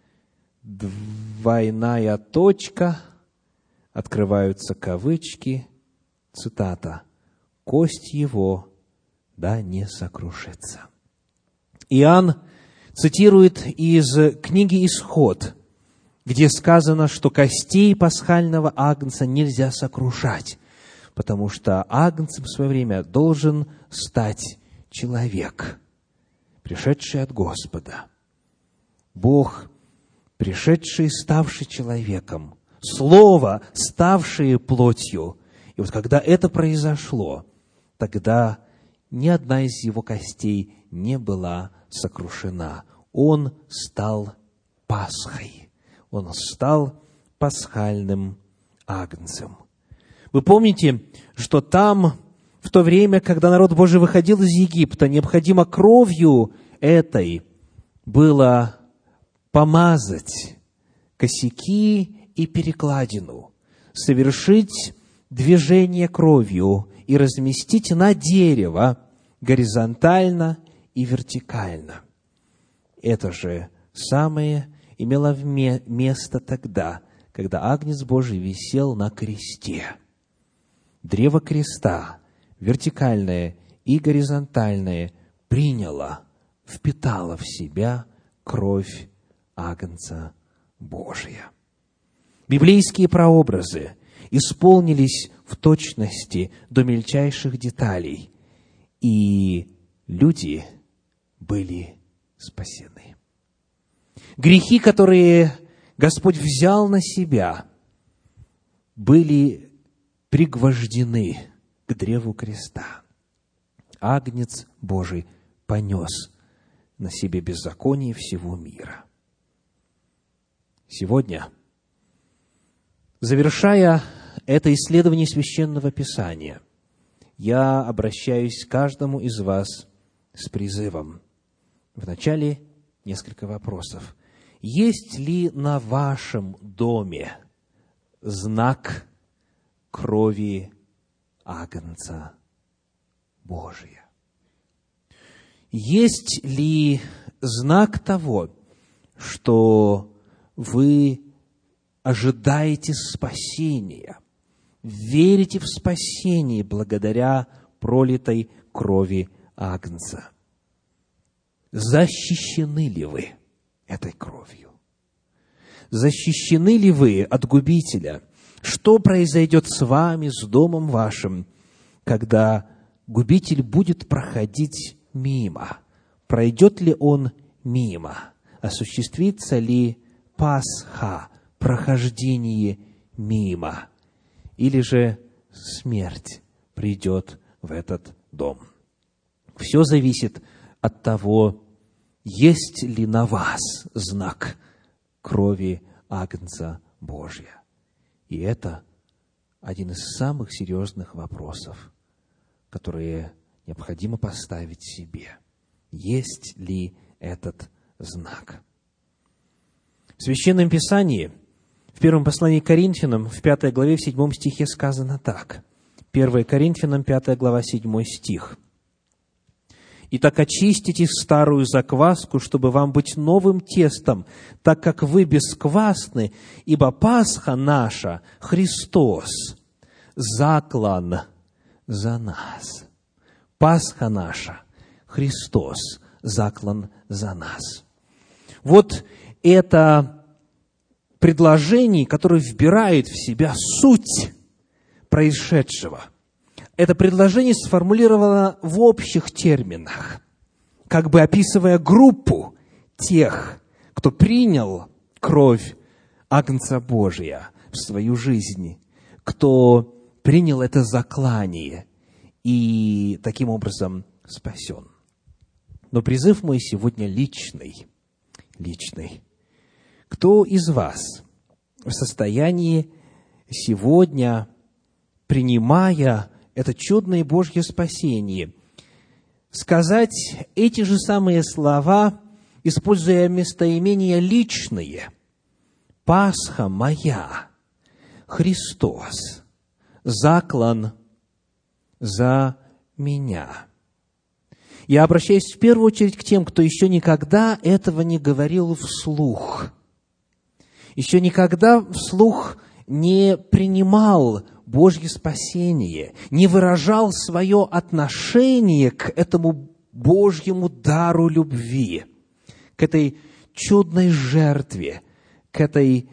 двойная точка, открываются кавычки, цитата, «кость его да не сокрушится». Иоанн цитирует из книги «Исход», где сказано, что костей пасхального агнца нельзя сокрушать, потому что агнцем в свое время должен стать человек, пришедший от Господа. Бог, пришедший, ставший человеком, Слово, ставшее плотью. И вот когда это произошло, тогда ни одна из его костей не была сокрушена. Он стал Пасхой. Он стал пасхальным агнцем. Вы помните, что там, в то время, когда народ Божий выходил из Египта, необходимо кровью этой было помазать косяки и перекладину, совершить движение кровью и разместить на дерево горизонтально и вертикально. Это же самое имело место тогда, когда Агнец Божий висел на кресте. Древо креста, вертикальное и горизонтальное, приняло, впитало в себя кровь Агнца Божия. Библейские прообразы исполнились в точности до мельчайших деталей, и люди были спасены. Грехи, которые Господь взял на себя, были пригвождены к древу креста. Агнец Божий понес на себе беззаконие всего мира. Сегодня, завершая это исследование Священного Писания, я обращаюсь к каждому из вас с призывом. Вначале несколько вопросов. Есть ли на вашем доме знак крови Агнца Божия? Есть ли знак того, что вы ожидаете спасения, верите в спасение благодаря пролитой крови Агнца? Защищены ли вы этой кровью? Защищены ли вы от губителя? Что произойдет с вами, с домом вашим, когда губитель будет проходить мимо? Пройдет ли он мимо? Осуществится ли Пасха, прохождение мимо? Или же смерть придет в этот дом? Все зависит от того, есть ли на вас знак крови Агнца Божия. И это один из самых серьезных вопросов, которые необходимо поставить себе. Есть ли этот знак? В Священном Писании, в первом послании к Коринфянам, в пятой главе, в седьмом стихе сказано так. первое Коринфянам, пятая глава, седьмой стих. «Итак, очистите старую закваску, чтобы вам быть новым тестом, так как вы бесквасны, ибо Пасха наша, Христос, заклан за нас». Пасха наша, Христос, заклан за нас. Вот это предложение, которое вбирает в себя суть происшедшего. Это предложение сформулировано в общих терминах, как бы описывая группу тех, кто принял кровь Агнца Божия в свою жизнь, кто принял это заклание и таким образом спасен. Но призыв мой сегодня личный. Личный. Кто из вас в состоянии сегодня, принимая это чудное Божье спасение, сказать эти же самые слова, используя местоимения личные? «Пасха моя, Христос, заклан за меня». Я обращаюсь в первую очередь к тем, кто еще никогда этого не говорил вслух, еще никогда вслух не принимал Божье спасение, не выражал свое отношение к этому Божьему дару любви, к этой чудной жертве, к этой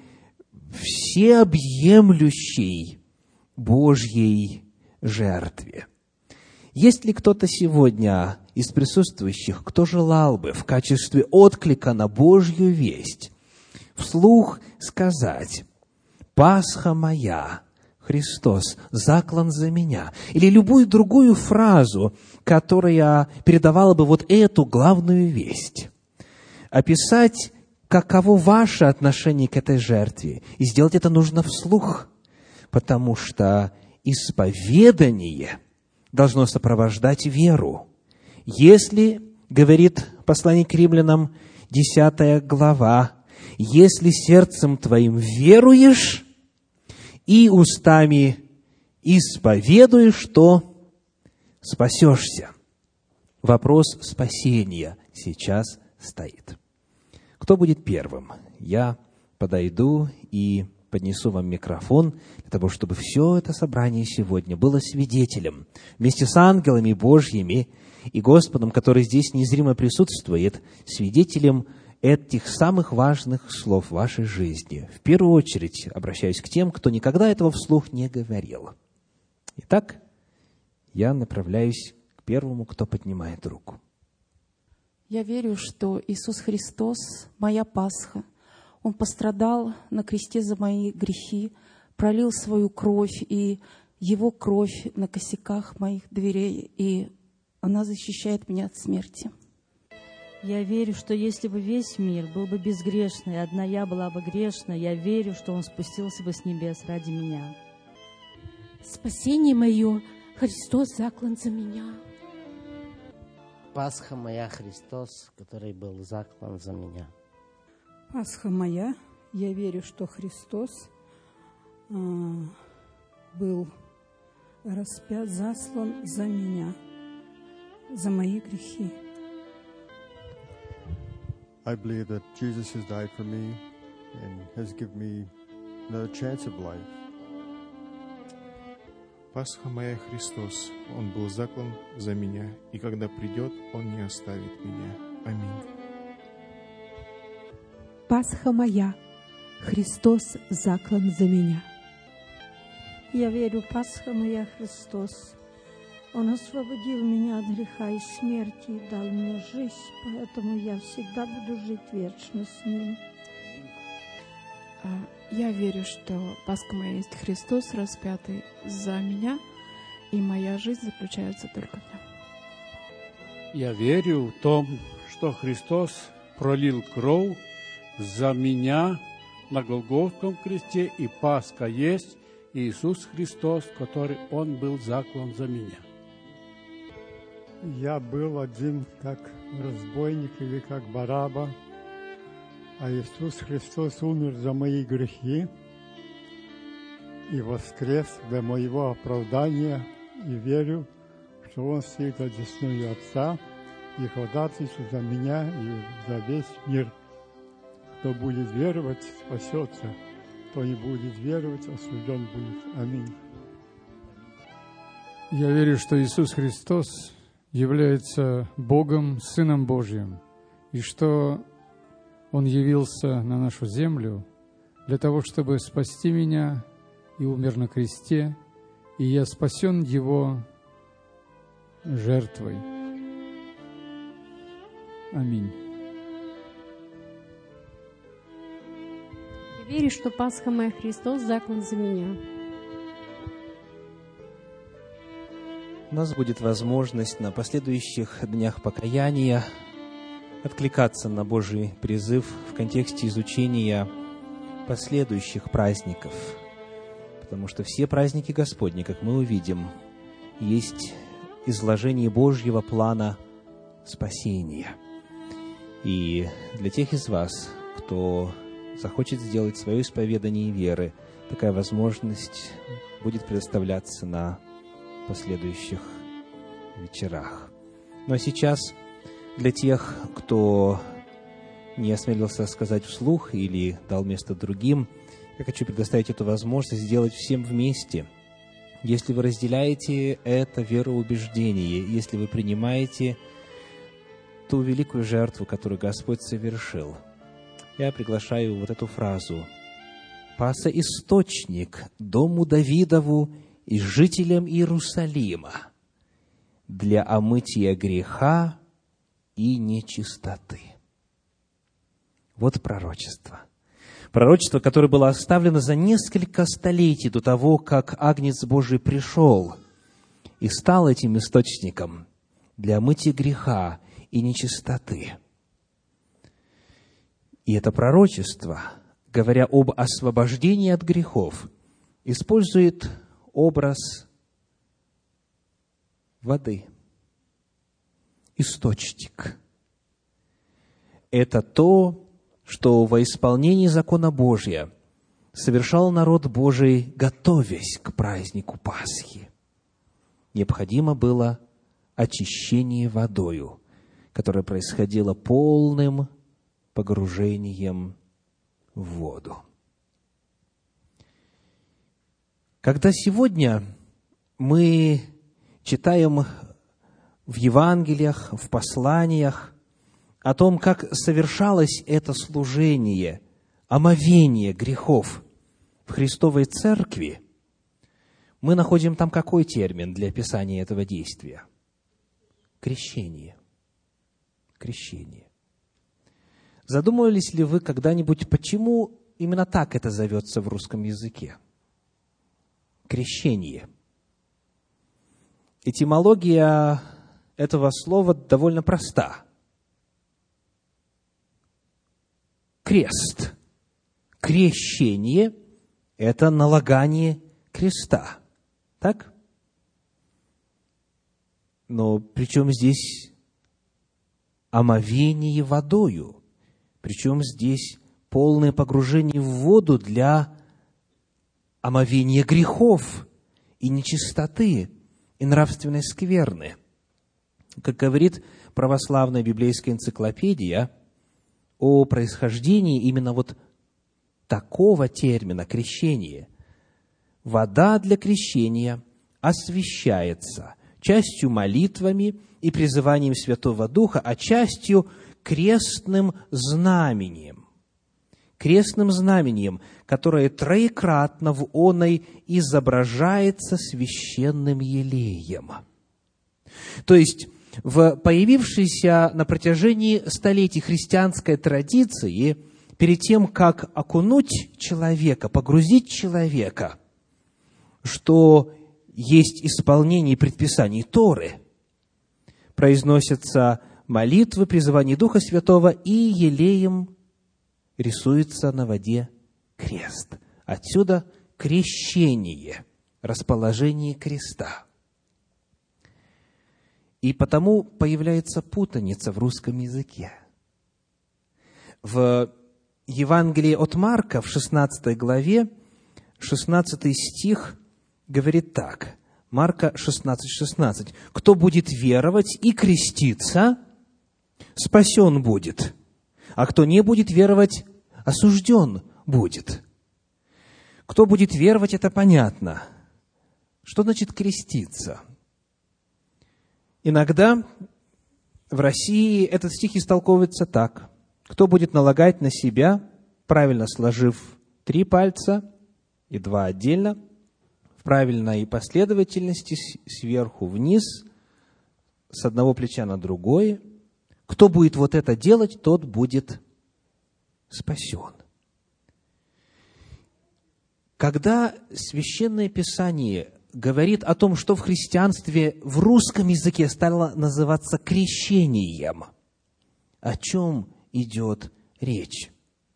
всеобъемлющей Божьей жертве. Есть ли кто-то сегодня из присутствующих, кто желал бы в качестве отклика на Божью весть вслух сказать: «Пасха моя, Христос, заклан за меня», или любую другую фразу, которая передавала бы вот эту главную весть, описать, каково ваше отношение к этой жертве, и сделать это нужно вслух, потому что исповедание должно сопровождать веру. Если, говорит послание к римлянам, десятая глава, если сердцем твоим веруешь и устами исповедуешь, то спасешься. Вопрос спасения сейчас стоит. Кто будет первым? Я подойду и поднесу вам микрофон, для того, чтобы все это собрание сегодня было свидетелем вместе с ангелами Божьими и Господом, который здесь незримо присутствует, свидетелем этих самых важных слов в вашей жизни. В первую очередь обращаюсь к тем, кто никогда этого вслух не говорил. Итак, я направляюсь к первому, кто поднимает руку. Я верю, что Иисус Христос — моя Пасха. Он пострадал на кресте за мои грехи, пролил свою кровь, и Его кровь на косяках моих дверей, и она защищает меня от смерти. Я верю, что если бы весь мир был бы безгрешный, одна я была бы грешна, я верю, что Он спустился бы с небес ради меня. Спасение мое, Христос заклан за меня. Пасха моя, Христос, который был заклан за меня. Пасха моя, я верю, что Христос а, был распят, заслан за меня, за мои грехи. I believe that Jesus has died for me and has given me another chance of life. Пасха моя, Христос, Он был заклан за меня, и когда придет, Он не оставит меня. Аминь. Пасха моя, Христос заклан за меня. Я верю, Пасха моя, Христос. Он освободил меня от греха и смерти и дал мне жизнь, поэтому я всегда буду жить вечно с Ним. Я верю, что Пасха моя есть Христос, распятый за меня, и моя жизнь заключается только в Нем. Я верю в том, что Христос пролил кровь за меня на Голгофском кресте, и Пасха есть Иисус Христос, который Он был заклан за меня. Я был один как разбойник или как Бараба, а Иисус Христос умер за мои грехи и воскрес для моего оправдания, и верю, что Он сидит одесную Отца и ходатайствует за меня и за весь мир. Кто будет веровать, спасется, кто не будет веровать, осужден будет. Аминь. Я верю, что Иисус Христос является Богом, Сыном Божьим, и что Он явился на нашу землю для того, чтобы спасти меня, и умер на кресте, и я спасен Его жертвой. Аминь. Я верю, что Пасха моя, Христос заклан за меня. У нас будет возможность на последующих днях покаяния откликаться на Божий призыв в контексте изучения последующих праздников. Потому что все праздники Господни, как мы увидим, есть изложение Божьего плана спасения. И для тех из вас, кто захочет сделать свое исповедание веры, такая возможность будет предоставляться на последующих вечерах. Ну а сейчас для тех, кто не осмелился сказать вслух или дал место другим, я хочу предоставить эту возможность сделать всем вместе. Если вы разделяете это вероубеждение, если вы принимаете ту великую жертву, которую Господь совершил, я приглашаю вот эту фразу: «Паса источник дому Давидову и жителям Иерусалима для омытия греха и нечистоты». Вот пророчество. Пророчество, которое было оставлено за несколько столетий до того, как Агнец Божий пришел и стал этим источником для омытия греха и нечистоты. И это пророчество, говоря об освобождении от грехов, использует образ воды. Источник. Это то, что во исполнении закона Божия совершал народ Божий, готовясь к празднику Пасхи. Необходимо было очищение водою, которое происходило полным погружением в воду. Когда сегодня мы читаем в Евангелиях, в посланиях о том, как совершалось это служение, омовение грехов в Христовой Церкви, мы находим там какой термин для описания этого действия? Крещение. крещение. Задумывались ли вы когда-нибудь, почему именно так это зовется в русском языке? Крещение. Этимология этого слова довольно проста. Крест. Крещение – это налагание креста. Так? Но при чем здесь омовение водою? Причем здесь полное погружение в воду для омовения грехов и нечистоты, и нравственной скверны. Как говорит православная библейская энциклопедия, о происхождении именно вот такого термина крещение. Вода для крещения освящается частью молитвами и призыванием Святого Духа, а частью крестным знамением. Крестным знамением, которое троекратно в оной изображается священным елеем. То есть, в появившейся на протяжении столетий христианской традиции, перед тем, как окунуть человека, погрузить человека, что есть исполнение предписаний Торы, произносятся молитвы, призывание Духа Святого, и елеем рисуется на воде крест. Отсюда крещение, расположение креста. И потому появляется путаница в русском языке. В Евангелии от Марка, в шестнадцатой главе, шестнадцатый стих говорит так. Марка шестнадцать шестнадцать. «Кто будет веровать и креститься, спасен будет, а кто не будет веровать, осужден будет». Кто будет веровать, это понятно. Что значит креститься? Иногда в России этот стих истолковывается так. Кто будет налагать на себя, правильно сложив три пальца и два отдельно, в правильной последовательности, сверху вниз, с одного плеча на другое. Кто будет вот это делать, тот будет спасен. Когда Священное Писание говорит о том, что в христианстве в русском языке стало называться крещением, о чем идет речь?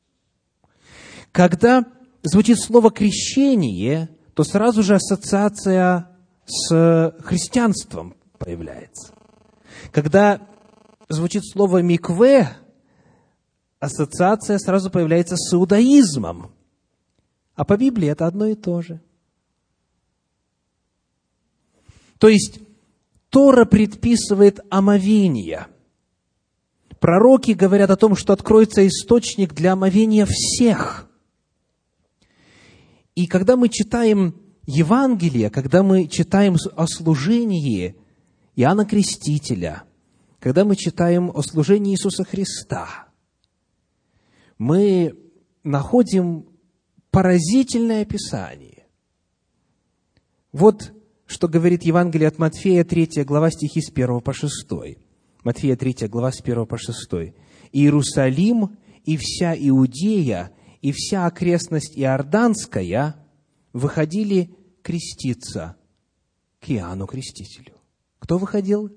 Когда звучит слово «крещение», то сразу же ассоциация с христианством появляется. Когда звучит слово «микве», ассоциация сразу появляется с иудаизмом. А по Библии это одно и то же. То есть, Тора предписывает омовение. Пророки говорят о том, что откроется источник для омовения всех. И когда мы читаем Евангелие, когда мы читаем о служении Иоанна Крестителя, когда мы читаем о служении Иисуса Христа, мы находим поразительное описание. Вот что говорит Евангелие от Матфея, третья глава, стихи с первого по шестой. Матфея, третья глава, с первого по шестой. «Иерусалим и вся Иудея, и вся окрестность Иорданская выходили креститься к Иоанну Крестителю». Кто выходил?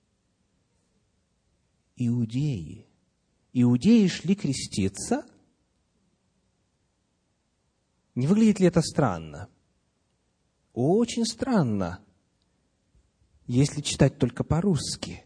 Иудеи. Иудеи шли креститься. Не выглядит ли это странно? Очень странно, если читать только по-русски.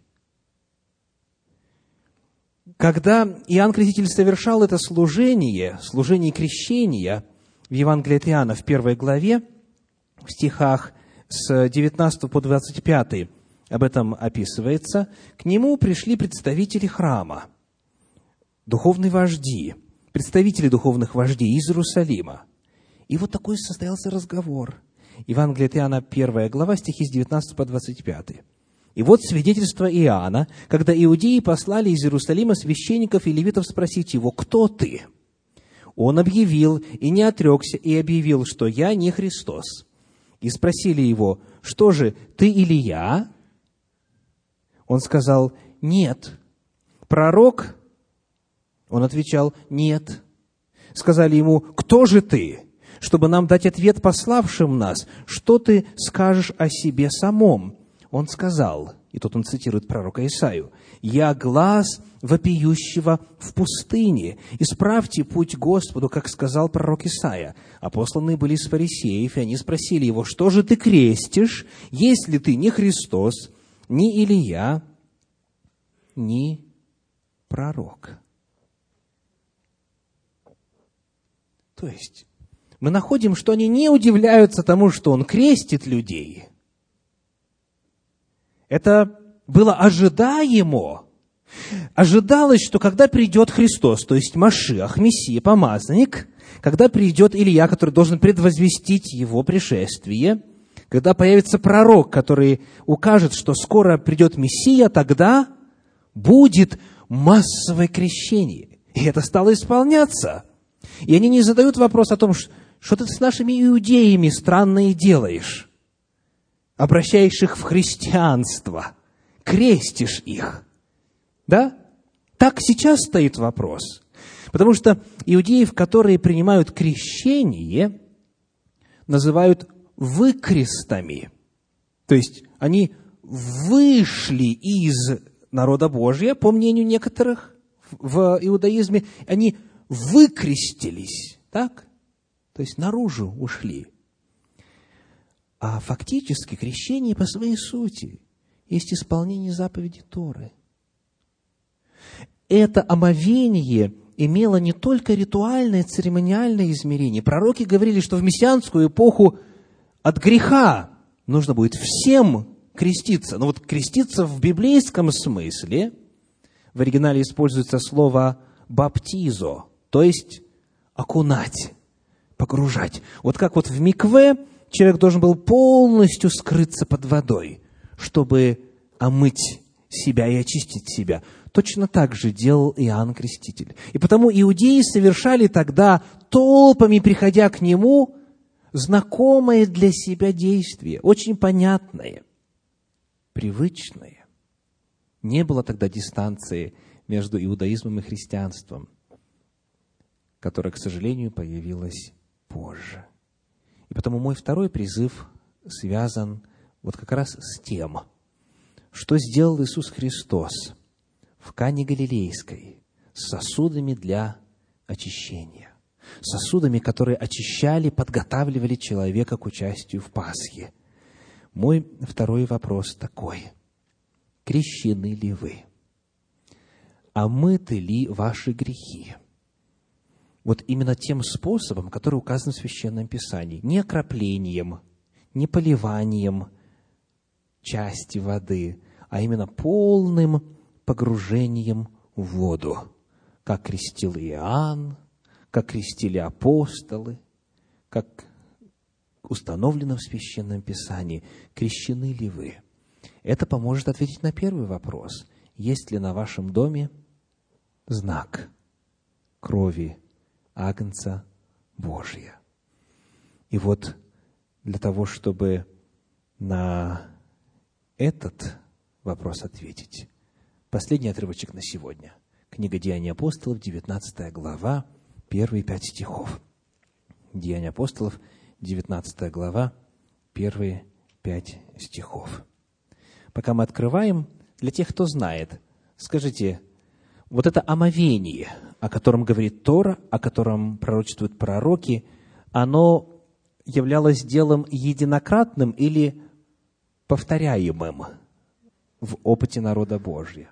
Когда Иоанн Креститель совершал это служение, служение крещения, в Евангелии от Иоанна, в первой главе, в стихах с девятнадцатого по двадцать пятый, об этом описывается, к нему пришли представители храма, духовные вожди, представители духовных вождей из Иерусалима. И вот такой состоялся разговор. Евангелие от Иоанна, первая глава, стихи с девятнадцатого по двадцать пятый. «И вот свидетельство Иоанна, когда иудеи послали из Иерусалима священников и левитов спросить его: „Кто ты?“ Он объявил и не отрекся, и объявил, что я не Христос. И спросили его: „Что же, ты Илия?“ Он сказал: „Нет“. пророк? Он отвечал: нет. Сказали ему: кто же ты, чтобы нам дать ответ пославшим нас? Что ты скажешь о себе самом? Он сказал, и тут он цитирует пророка Исаию: «Я глас вопиющего в пустыне. Исправьте путь Господу, как сказал пророк Исаия». А посланные были из фарисеев, и они спросили его: что же ты крестишь, если ты не Христос, ни Илия, ни пророк? То есть, мы находим, что они не удивляются тому, что он крестит людей. Это было ожидаемо. Ожидалось, что когда придет Христос, то есть Машиах, Мессия, помазанник, когда придет Илия, который должен предвозвестить его пришествие, когда появится пророк, который укажет, что скоро придет Мессия, тогда будет массовое крещение. И это стало исполняться. И они не задают вопрос о том, что ты с нашими иудеями странное делаешь, обращаешь их в христианство, крестишь их. Да? Так сейчас стоит вопрос. Потому что иудеев, которые принимают крещение, называют выкрестами. То есть они вышли из народа Божия, по мнению некоторых в иудаизме, они выкрестились, так? То есть наружу ушли. А фактически крещение по своей сути есть исполнение заповедей Торы. Это омовение имело не только ритуальное, церемониальное измерение. Пророки говорили, что в мессианскую эпоху от греха нужно будет всем креститься. Но вот креститься в библейском смысле, в оригинале используется слово «баптизо», то есть окунать, погружать. Вот как вот в микве человек должен был полностью скрыться под водой, чтобы омыть себя и очистить себя. Точно так же делал Иоанн Креститель. И потому иудеи совершали тогда, толпами приходя к нему, знакомое для себя действие, очень понятное, привычное. Не было тогда дистанции между иудаизмом и христианством, которая, к сожалению, появилась позже. И потому мой второй призыв связан вот как раз с тем, что сделал Иисус Христос в Кане Галилейской с сосудами для очищения. Сосудами, которые очищали, подготавливали человека к участию в Пасхе. Мой второй вопрос такой. Крещены ли вы? Омыты ли ваши грехи? Вот именно тем способом, который указан в Священном Писании. Не окроплением, не поливанием части воды, а именно полным погружением в воду, как крестил Иоанн, как крестили апостолы, как установлено в Священном Писании. Крещены ли вы? Это поможет ответить на первый вопрос. Есть ли на вашем доме знак крови Агнца Божия? И вот для того, чтобы на этот вопрос ответить, последний отрывочек на сегодня. Книга Деяний апостолов, девятнадцатая глава, первые пять стихов. Деяния апостолов, девятнадцатая глава, первые пять стихов. Пока мы открываем, для тех, кто знает, скажите, вот это омовение, о котором говорит Тора, о котором пророчествуют пророки, оно являлось делом единократным или повторяемым в опыте народа Божия?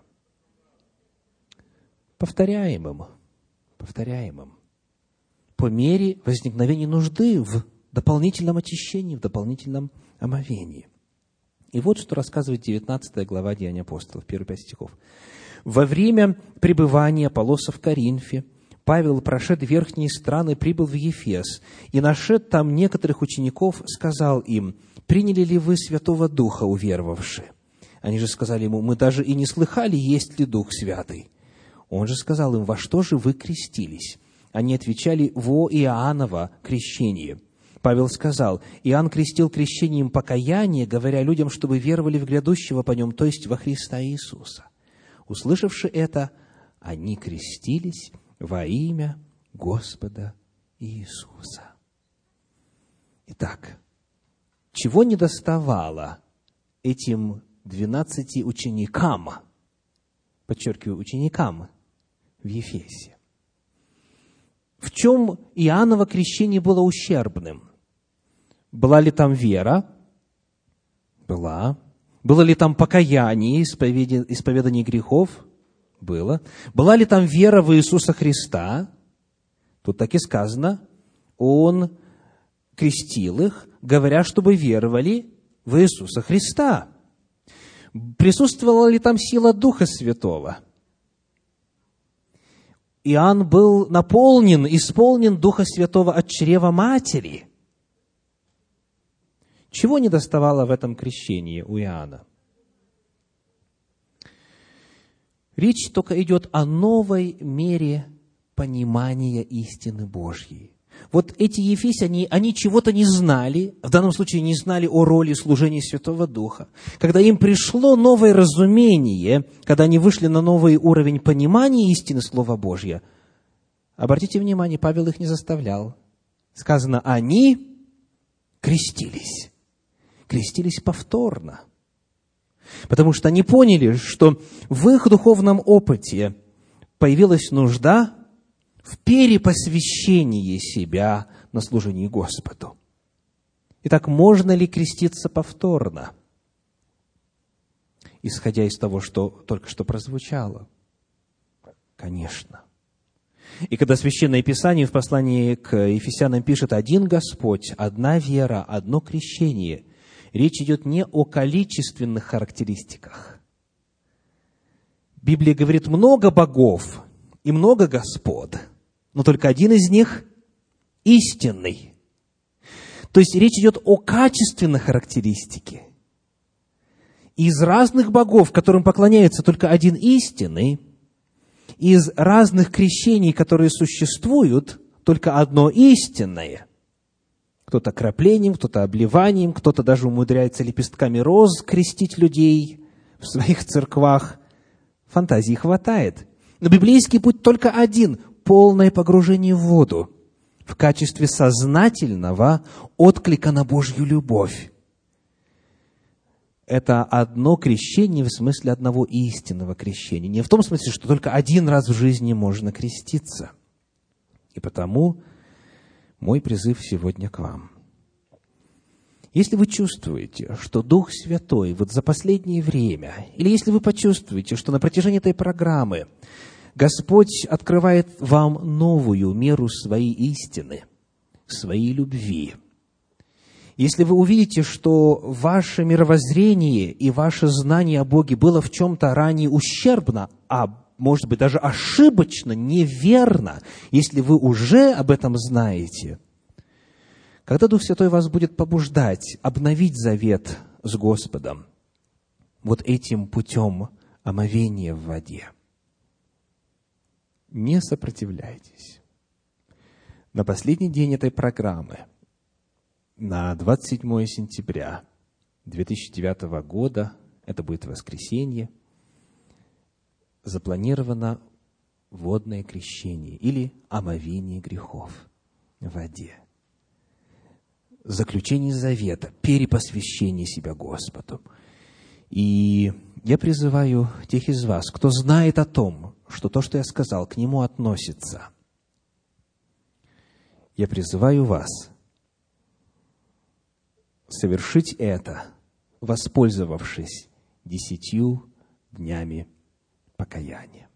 Повторяемым, повторяемым. По мере возникновения нужды в дополнительном очищении, в дополнительном омовении. И вот что рассказывает девятнадцатая глава Деяний апостолов, первые пять стихов. «Во время пребывания Аполлоса в Коринфе Павел, прошед верхние страны, прибыл в Ефес, и, нашед там некоторых учеников, сказал им: приняли ли вы Святого Духа, уверовавши? Они же сказали ему: мы даже и не слыхали, есть ли Дух Святый. Он же сказал им: во что же вы крестились? Они отвечали: во Иоанново крещение. Павел сказал: Иоанн крестил крещением покаяния, говоря людям, чтобы веровали в грядущего по нем, то есть во Христа Иисуса. Услышавши это, Они крестились во имя Господа Иисуса. Итак, чего недоставало этим двенадцати ученикам, подчеркиваю, ученикам в Ефесе? В чем Иоанново крещение было ущербным? Была ли там вера? Была. Было ли там покаяние, исповедание грехов? Было. Была ли там вера в Иисуса Христа? Тут так и сказано, Он крестил их, говоря, чтобы веровали в Иисуса Христа. Присутствовала ли там сила Духа Святого? Иоанн был наполнен, исполнен Духа Святого от чрева матери. Чего недоставало в этом крещении у Иоанна? Речь только идет о новой мере понимания истины Божьей. Вот эти ефесяне, они чего-то не знали, в данном случае не знали о роли служения Святого Духа. Когда им пришло новое разумение, когда они вышли на новый уровень понимания истины Слова Божьего, обратите внимание, Павел их не заставлял. Сказано, они крестились. Крестились повторно. Потому что они поняли, что в их духовном опыте появилась нужда в перепосвящении себя на служении Господу. Итак, можно ли креститься повторно? Исходя из того, что только что прозвучало. Конечно. И когда Священное Писание в послании к Ефесянам пишет «один Господь, одна вера, одно крещение», речь идет не о количественных характеристиках. Библия говорит много богов и много господ, но только один из них истинный. То есть речь идет о качественной характеристике. Из разных богов, которым поклоняется только один истинный, из разных крещений, которые существуют, только одно истинное. Кто-то краплением, кто-то обливанием, кто-то даже умудряется лепестками роз крестить людей в своих церквах. Фантазии хватает. Но библейский путь только один – полное погружение в воду в качестве сознательного отклика на Божью любовь. Это одно крещение в смысле одного истинного крещения. Не в том смысле, что только один раз в жизни можно креститься. И потому мой призыв сегодня к вам. Если вы чувствуете, что Дух Святой вот за последнее время, или если вы почувствуете, что на протяжении этой программы Господь открывает вам новую меру своей истины, своей любви, если вы увидите, что ваше мировоззрение и ваше знание о Боге было в чем-то ранее ущербно, а может быть даже ошибочно, неверно, если вы уже об этом знаете, когда Дух Святой вас будет побуждать обновить завет с Господом вот этим путем омовения в воде, не сопротивляйтесь. На последний день этой программы, на двадцать седьмое сентября две тысячи девятого года, это будет воскресенье, запланировано водное крещение или омовение грехов в воде. Заключение завета, перепосвящение себя Господу. И я призываю тех из вас, кто знает о том, что то, что я сказал, к нему относится, я призываю вас совершить это, воспользовавшись десятью днями покаяния.